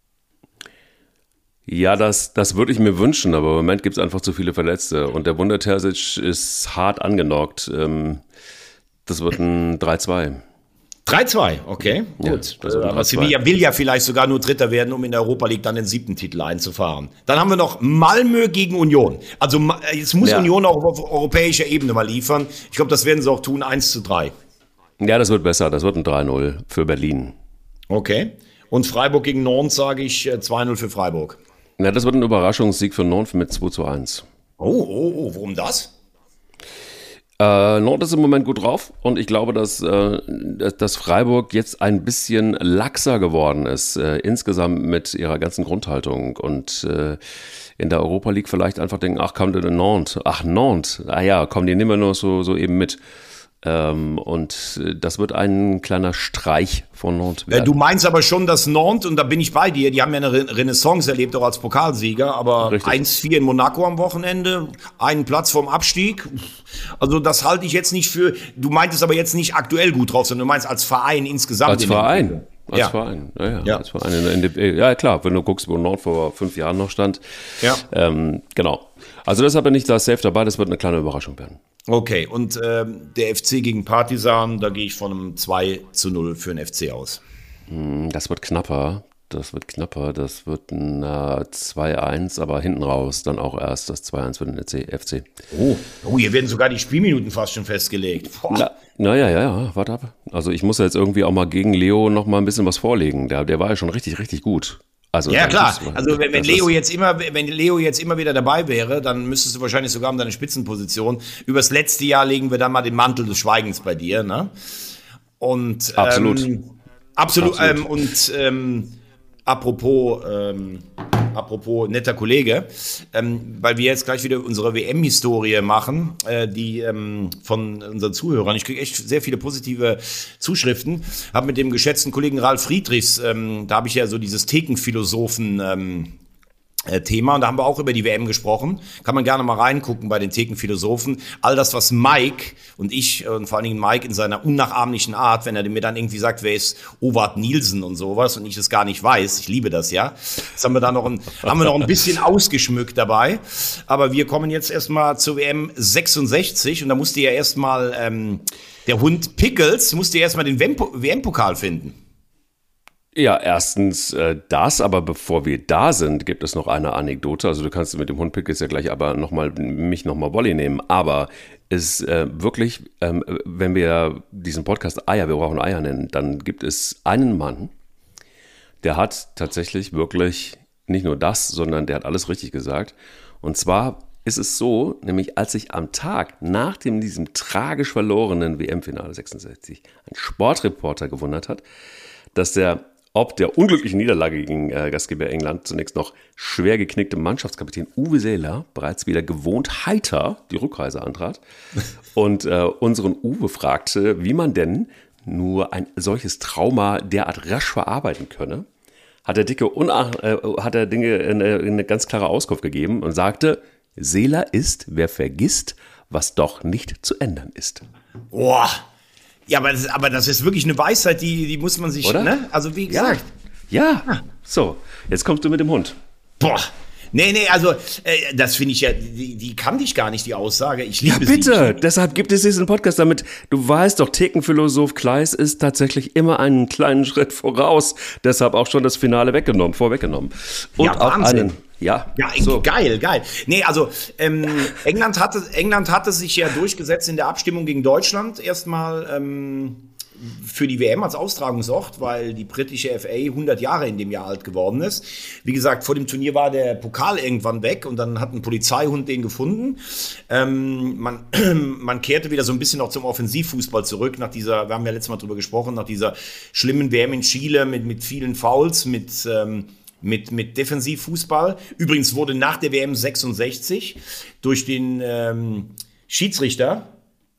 Ja, das würde ich mir wünschen, aber im Moment gibt es einfach zu viele Verletzte. Und der Wunder Terzic ist hart angenockt. Das wird ein 3-2. 3-2, okay, gut. Ja, aber Sevilla will ja vielleicht sogar nur Dritter werden, um in der Europa League dann den 7. Titel einzufahren. Dann haben wir noch Malmö gegen Union. Also jetzt muss Union auch auf europäischer Ebene mal liefern. Ich glaube, das werden sie auch tun, 1-3. Ja, das wird besser. Das wird ein 3-0 für Berlin. Okay. Und Freiburg gegen Nantes sage ich 2-0 für Freiburg. Ja, das wird ein Überraschungssieg für Nantes mit 2-1. Oh, warum das? Nantes ist im Moment gut drauf und ich glaube, dass Freiburg jetzt ein bisschen laxer geworden ist, insgesamt mit ihrer ganzen Grundhaltung und in der Europa League vielleicht einfach denken, ach, kommt denn Nantes? Ach, Nantes, komm, die nehmen wir nur so eben mit. Und das wird ein kleiner Streich von Nantes werden. Du meinst aber schon, dass Nantes, und da bin ich bei dir, die haben ja eine Renaissance erlebt, auch als Pokalsieger, aber 1-4 in Monaco am Wochenende, einen Platz vorm Abstieg. Also das halte ich jetzt nicht für, du meintest aber jetzt nicht aktuell gut drauf, sondern du meinst als Verein insgesamt. Als Verein. Als Verein, ja klar, wenn du guckst, wo Nantes vor 5 Jahren noch stand. Ja. Genau. Also deshalb bin ich da safe dabei, das wird eine kleine Überraschung werden. Okay, und der FC gegen Partizan, da gehe ich von einem 2-0 für den FC aus. Das wird knapper. Das wird ein 2-1, aber hinten raus dann auch erst das 2-1 für den FC. Oh, hier werden sogar die Spielminuten fast schon festgelegt. Ja, warte ab. Also ich muss jetzt irgendwie auch mal gegen Leo noch mal ein bisschen was vorlegen. Der war ja schon richtig, richtig gut. Also ja, klar. Also wenn Leo jetzt immer wieder dabei wäre, dann müsstest du wahrscheinlich sogar um deine Spitzenposition. Übers letzte Jahr legen wir dann mal den Mantel des Schweigens bei dir, ne? Und absolut. Apropos netter Kollege, weil wir jetzt gleich wieder unsere WM-Historie machen, die von unseren Zuhörern. Ich kriege echt sehr viele positive Zuschriften. Habe mit dem geschätzten Kollegen Ralf Friedrichs, da habe ich ja so dieses Thekenphilosophen Thema und da haben wir auch über die WM gesprochen. Kann man gerne mal reingucken bei den Thekenphilosophen. All das, was Mike und ich und vor allen Dingen Mike in seiner unnachahmlichen Art, wenn er mir dann irgendwie sagt, wer ist Ovard Nielsen und sowas und ich es gar nicht weiß. Ich liebe das ja. Das haben wir da noch ein bisschen ausgeschmückt dabei. Aber wir kommen jetzt erstmal zur WM 66 und da musste ja erstmal der Hund Pickles musste erstmal den WM-Pokal finden. Ja, erstens das, aber bevor wir da sind, gibt es noch eine Anekdote. Also du kannst mit dem Hund Pickles ja gleich aber mich nochmal Wolli nehmen. Aber es wirklich, wenn wir diesen Podcast Eier, wir brauchen Eier nennen, dann gibt es einen Mann, der hat tatsächlich wirklich nicht nur das, sondern der hat alles richtig gesagt. Und zwar ist es so, nämlich als sich am Tag nach diesem tragisch verlorenen WM-Finale 66 ein Sportreporter gewundert hat, dass der ob der unglücklichen Niederlage gegen Gastgeber England zunächst noch schwer geknickte Mannschaftskapitän Uwe Seeler bereits wieder gewohnt heiter die Rückreise antrat und unseren Uwe fragte, wie man denn nur ein solches Trauma derart rasch verarbeiten könne, hat der Dinge eine ganz klare Auskunft gegeben und sagte, Seeler ist, wer vergisst, was doch nicht zu ändern ist. Boah. Ja, aber das ist wirklich eine Weisheit, die muss man sich, oder? Ne? Also wie gesagt. Ja. So, jetzt kommst du mit dem Hund. Boah. Nee, also das finde ich ja, die kann dich gar nicht, die Aussage. Ich liebe sie. Bitte, deshalb gibt es diesen Podcast, damit du weißt doch, Thekenphilosoph Kleis ist tatsächlich immer einen kleinen Schritt voraus. Deshalb auch schon das Finale vorweggenommen. Und ja, auch Wahnsinn. So. Geil. Nee, also England hatte sich ja durchgesetzt in der Abstimmung gegen Deutschland erstmal für die WM als Austragungsort, weil die britische FA 100 Jahre in dem Jahr alt geworden ist. Wie gesagt, vor dem Turnier war der Pokal irgendwann weg und dann hat ein Polizeihund den gefunden. Man kehrte wieder so ein bisschen auch zum Offensivfußball zurück nach wir haben ja letztes Mal drüber gesprochen, nach dieser schlimmen WM in Chile mit vielen Fouls, mit Defensivfußball. Übrigens wurde nach der WM 66 durch den Schiedsrichter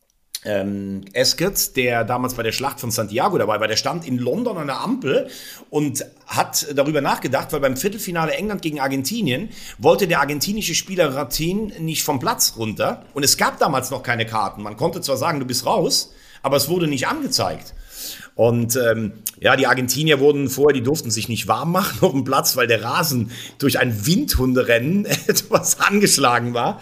Esket, der damals bei der Schlacht von Santiago dabei war, der stand in London an der Ampel und hat darüber nachgedacht, weil beim Viertelfinale England gegen Argentinien wollte der argentinische Spieler Ratin nicht vom Platz runter und es gab damals noch keine Karten. Man konnte zwar sagen, du bist raus, aber es wurde nicht angezeigt. Und die Argentinier die durften sich nicht warm machen auf dem Platz, weil der Rasen durch ein Windhunderennen etwas angeschlagen war.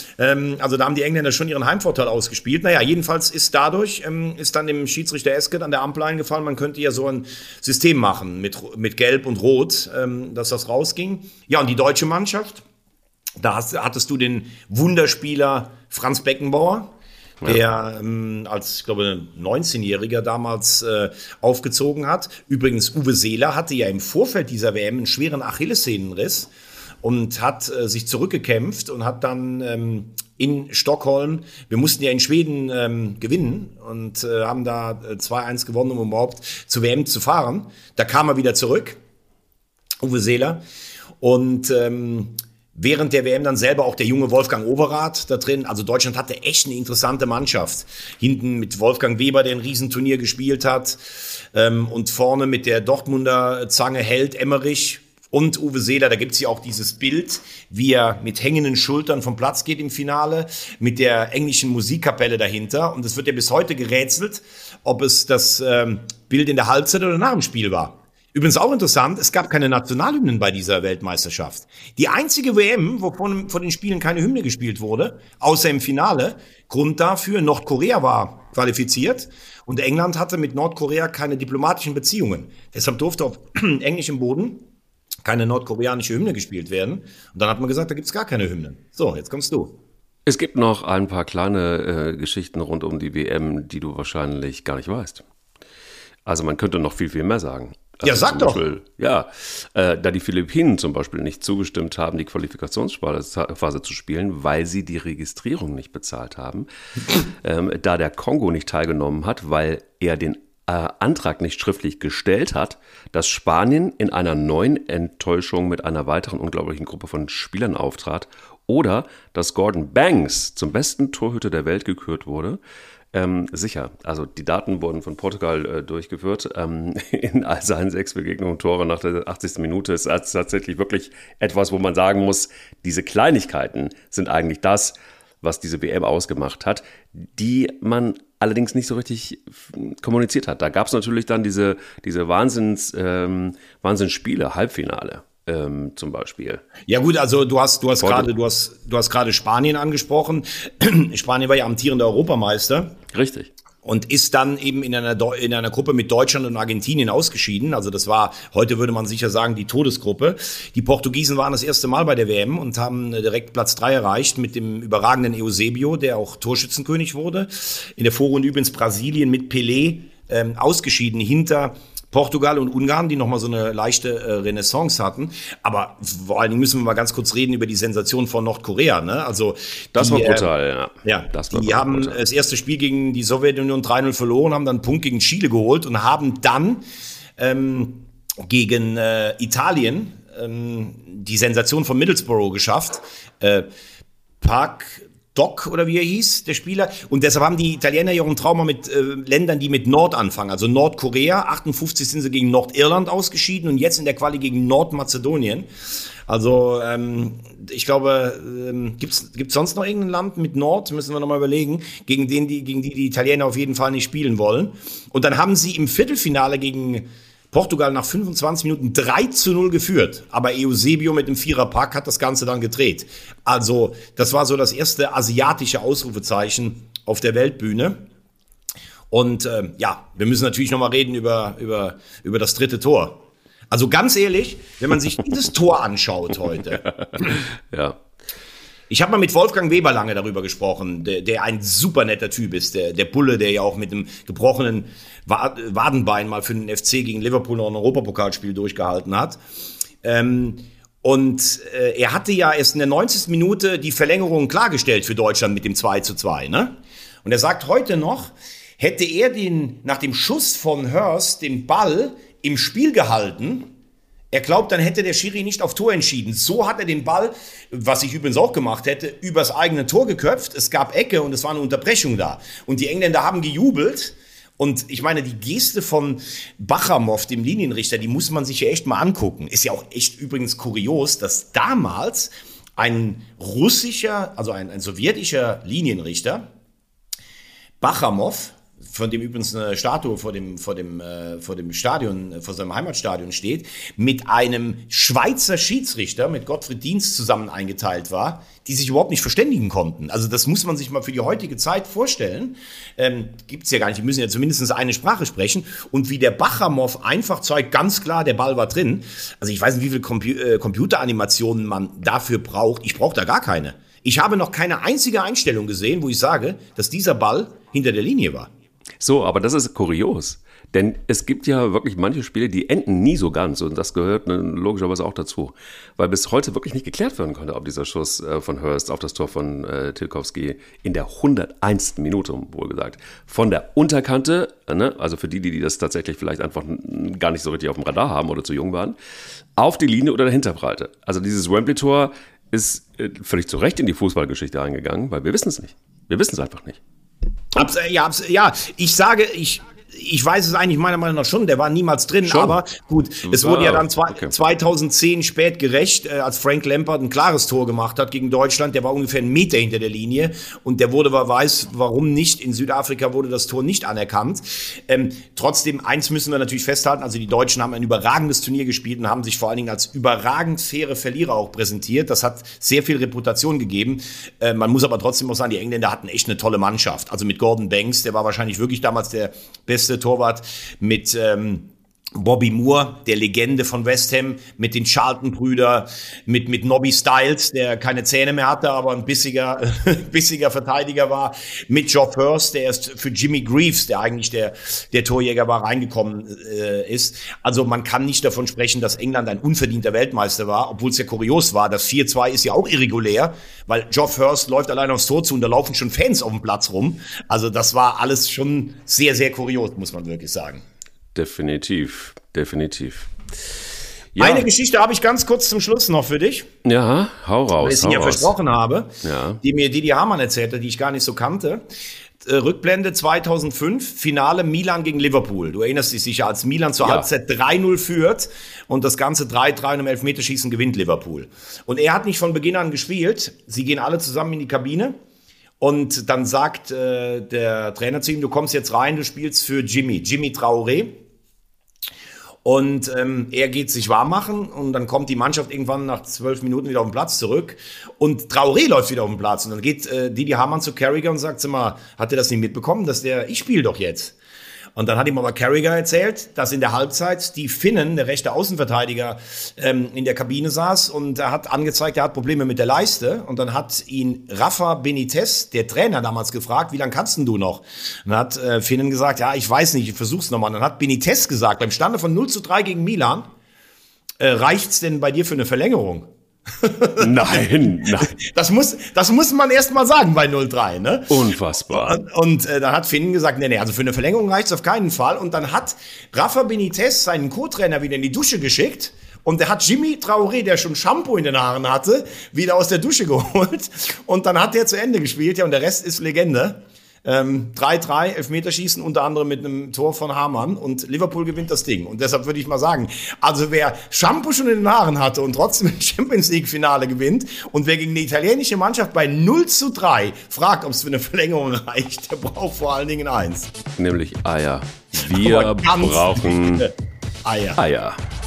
Also da haben die Engländer schon ihren Heimvorteil ausgespielt. Naja, jedenfalls ist dann dem Schiedsrichter Esket an der Ampel eingefallen, man könnte ja so ein System machen mit Gelb und Rot, dass das rausging. Ja, und die deutsche Mannschaft, da hattest du den Wunderspieler Franz Beckenbauer, der als, ich glaube, 19-Jähriger damals aufgezogen hat. Übrigens, Uwe Seeler hatte ja im Vorfeld dieser WM einen schweren Achillessehnenriss und hat sich zurückgekämpft und hat dann in Stockholm, wir mussten ja in Schweden gewinnen und haben da 2-1 gewonnen, um überhaupt zur WM zu fahren. Da kam er wieder zurück, Uwe Seeler, und während der WM dann selber auch der junge Wolfgang Overath da drin. Also Deutschland hatte echt eine interessante Mannschaft. Hinten mit Wolfgang Weber, der ein Riesenturnier gespielt hat. Und vorne mit der Dortmunder Zange Held Emmerich und Uwe Seeler. Da gibt es ja auch dieses Bild, wie er mit hängenden Schultern vom Platz geht im Finale, mit der englischen Musikkapelle dahinter. Und es wird ja bis heute gerätselt, ob es das Bild in der Halbzeit oder nach dem Spiel war. Übrigens auch interessant, es gab keine Nationalhymnen bei dieser Weltmeisterschaft. Die einzige WM, wo vor den Spielen keine Hymne gespielt wurde, außer im Finale. Grund dafür, Nordkorea war qualifiziert und England hatte mit Nordkorea keine diplomatischen Beziehungen. Deshalb durfte auf englischem Boden keine nordkoreanische Hymne gespielt werden. Und dann hat man gesagt, da gibt's gar keine Hymnen. So, jetzt kommst du. Es gibt noch ein paar kleine Geschichten rund um die WM, die du wahrscheinlich gar nicht weißt. Also man könnte noch viel, viel mehr sagen. Also ja, sag doch. Da die Philippinen zum Beispiel nicht zugestimmt haben, die Qualifikationsphase zu spielen, weil sie die Registrierung nicht bezahlt haben. Da der Kongo nicht teilgenommen hat, weil er den Antrag nicht schriftlich gestellt hat, dass Spanien in einer neuen Enttäuschung mit einer weiteren unglaublichen Gruppe von Spielern auftrat oder dass Gordon Banks zum besten Torhüter der Welt gekürt wurde. Sicher, also die Daten wurden von Portugal durchgeführt. In all seinen 6 Begegnungen Tore nach der 80. Minute ist das tatsächlich wirklich etwas, wo man sagen muss, diese Kleinigkeiten sind eigentlich das, was diese WM ausgemacht hat, die man allerdings nicht so richtig kommuniziert hat. Da gab es natürlich dann diese Wahnsinnsspiele, Halbfinale. Zum Beispiel. Ja gut, also du hast gerade Spanien angesprochen. Spanien war ja amtierender Europameister. Richtig. und ist dann eben in einer Gruppe mit Deutschland und Argentinien ausgeschieden. Also das war, heute würde man sicher sagen, die Todesgruppe. Die Portugiesen waren das erste Mal bei der WM und haben direkt Platz 3 erreicht mit dem überragenden Eusebio, der auch Torschützenkönig wurde. In der Vorrunde übrigens Brasilien mit Pelé ausgeschieden hinter Portugal und Ungarn, die nochmal so eine leichte Renaissance hatten. Aber vor allen Dingen müssen wir mal ganz kurz reden über die Sensation von Nordkorea. Ne? Also das war brutal, ja. Die haben das erste Spiel gegen die Sowjetunion 3-0 verloren, haben dann einen Punkt gegen Chile geholt und haben dann gegen Italien die Sensation von Middlesbrough geschafft. Park Doc oder wie er hieß, der Spieler. Und deshalb haben die Italiener ja auch ein Trauma mit Ländern, die mit Nord anfangen. Also Nordkorea, 58 sind sie gegen Nordirland ausgeschieden und jetzt in der Quali gegen Nordmazedonien. Also ich glaube, gibt's sonst noch irgendein Land mit Nord, müssen wir nochmal überlegen, gegen die Italiener auf jeden Fall nicht spielen wollen. Und dann haben sie im Viertelfinale gegen Portugal nach 25 Minuten 3-0 geführt. Aber Eusebio mit dem Viererpack hat das Ganze dann gedreht. Also das war so das erste asiatische Ausrufezeichen auf der Weltbühne. Und wir müssen natürlich nochmal reden über das dritte Tor. Also ganz ehrlich, wenn man sich dieses Tor anschaut heute. Ja. Ich habe mal mit Wolfgang Weber lange darüber gesprochen, der ein super netter Typ ist, der Bulle, der ja auch mit einem gebrochenen Wadenbein mal für den FC gegen Liverpool noch ein Europapokalspiel durchgehalten hat. Und er hatte ja erst in der 90. Minute die Verlängerung klargestellt für Deutschland mit dem 2:2. Ne? Und er sagt heute noch, hätte er nach dem Schuss von Hurst den Ball im Spiel gehalten, er glaubt, dann hätte der Schiri nicht auf Tor entschieden. So hat er den Ball, was ich übrigens auch gemacht hätte, übers eigene Tor geköpft. Es gab Ecke und es war eine Unterbrechung da. Und die Engländer haben gejubelt. Und ich meine, die Geste von Bachamov, dem Linienrichter, die muss man sich ja echt mal angucken. Ist ja auch echt übrigens kurios, dass damals ein russischer, also ein sowjetischer Linienrichter, Bachamov, von dem übrigens eine Statue vor dem Stadion, vor seinem Heimatstadion steht, mit einem Schweizer Schiedsrichter, mit Gottfried Dienst zusammen eingeteilt war, die sich überhaupt nicht verständigen konnten. Also das muss man sich mal für die heutige Zeit vorstellen. Gibt's ja gar nicht, die müssen ja zumindest eine Sprache sprechen. Und wie der Bachamov einfach zeigt, ganz klar, der Ball war drin. Also ich weiß nicht, wie viele Computeranimationen man dafür braucht. Ich brauche da gar keine. Ich habe noch keine einzige Einstellung gesehen, wo ich sage, dass dieser Ball hinter der Linie war. So, aber das ist kurios. Denn es gibt ja wirklich manche Spiele, die enden nie so ganz. Und das gehört logischerweise auch dazu. Weil bis heute wirklich nicht geklärt werden konnte, ob dieser Schuss von Hurst auf das Tor von Tilkowski in der 101. Minute, wohlgesagt, von der Unterkante, also für die das tatsächlich vielleicht einfach gar nicht so richtig auf dem Radar haben oder zu jung waren, auf die Linie oder dahinter prallte. Also dieses Wembley-Tor ist völlig zu Recht in die Fußballgeschichte eingegangen, weil wir wissen es nicht. Wir wissen es einfach nicht. Ich weiß es eigentlich meiner Meinung nach schon, der war niemals drin, schon. Aber gut, es wurde ja dann 2010 spät gerecht, als Frank Lampard ein klares Tor gemacht hat gegen Deutschland, der war ungefähr 1 Meter hinter der Linie und wer weiß, warum nicht, in Südafrika wurde das Tor nicht anerkannt. Trotzdem, eins müssen wir natürlich festhalten, also die Deutschen haben ein überragendes Turnier gespielt und haben sich vor allen Dingen als überragend faire Verlierer auch präsentiert, das hat sehr viel Reputation gegeben, man muss aber trotzdem auch sagen, die Engländer hatten echt eine tolle Mannschaft, also mit Gordon Banks, der war wahrscheinlich wirklich damals der beste Torwart, mit Bobby Moore, der Legende von West Ham, mit den Charlton-Brüdern, mit Nobby Stiles, der keine Zähne mehr hatte, aber ein bissiger Verteidiger war, mit Geoff Hurst, der erst für Jimmy Greaves, der eigentlich der Torjäger war, reingekommen ist. Also man kann nicht davon sprechen, dass England ein unverdienter Weltmeister war, obwohl es ja kurios war. Das 4:2 ist ja auch irregulär, weil Geoff Hurst läuft allein aufs Tor zu und da laufen schon Fans auf dem Platz rum. Also das war alles schon sehr, sehr kurios, muss man wirklich sagen. Definitiv. Ja. Eine Geschichte habe ich ganz kurz zum Schluss noch für dich. Ja, hau raus. Weil ich sie ja versprochen habe, ja. Die mir Didi Hamann erzählte, die ich gar nicht so kannte. Rückblende 2005, Finale Milan gegen Liverpool. Du erinnerst dich sicher, als Milan zur Halbzeit 3-0 führt und das Ganze 3-3 und im Elfmeterschießen gewinnt Liverpool. Und er hat nicht von Beginn an gespielt. Sie gehen alle zusammen in die Kabine. Und dann sagt der Trainer zu ihm, du kommst jetzt rein, du spielst für Jimmy Traoré. Und er geht sich warm machen und dann kommt die Mannschaft irgendwann nach 12 Minuten wieder auf den Platz zurück und Traoré läuft wieder auf den Platz. Und dann geht Didi Hamann zu Carragher und sagt, sag mal, hat er das nicht mitbekommen, ich spiele doch jetzt. Und dann hat ihm aber Carragher erzählt, dass in der Halbzeit die Finnen, der rechte Außenverteidiger, in der Kabine saß und er hat angezeigt, er hat Probleme mit der Leiste. Und dann hat ihn Rafa Benitez, der Trainer, damals gefragt, wie lange kannst denn du noch? Und dann hat Finnen gesagt, ja, ich weiß nicht, ich versuch's nochmal. Und dann hat Benitez gesagt, beim Stande von 0:3 gegen Milan, reicht's denn bei dir für eine Verlängerung? Nein. Das muss man erst mal sagen bei 0:3, ne? Unfassbar. Und dann hat Finn gesagt, nee, also für eine Verlängerung reicht's auf keinen Fall. Und dann hat Rafa Benitez seinen Co-Trainer wieder in die Dusche geschickt. Und der hat Jimmy Traoré, der schon Shampoo in den Haaren hatte, wieder aus der Dusche geholt. Und dann hat der zu Ende gespielt. Ja, und der Rest ist Legende. 3-3, Elfmeterschießen, unter anderem mit einem Tor von Hamann und Liverpool gewinnt das Ding. Und deshalb würde ich mal sagen, also wer Shampoo schon in den Haaren hatte und trotzdem ein Champions-League-Finale gewinnt und wer gegen die italienische Mannschaft bei 0:3 fragt, ob es für eine Verlängerung reicht, der braucht vor allen Dingen eins. Nämlich Eier. Wir brauchen Eier. Eier.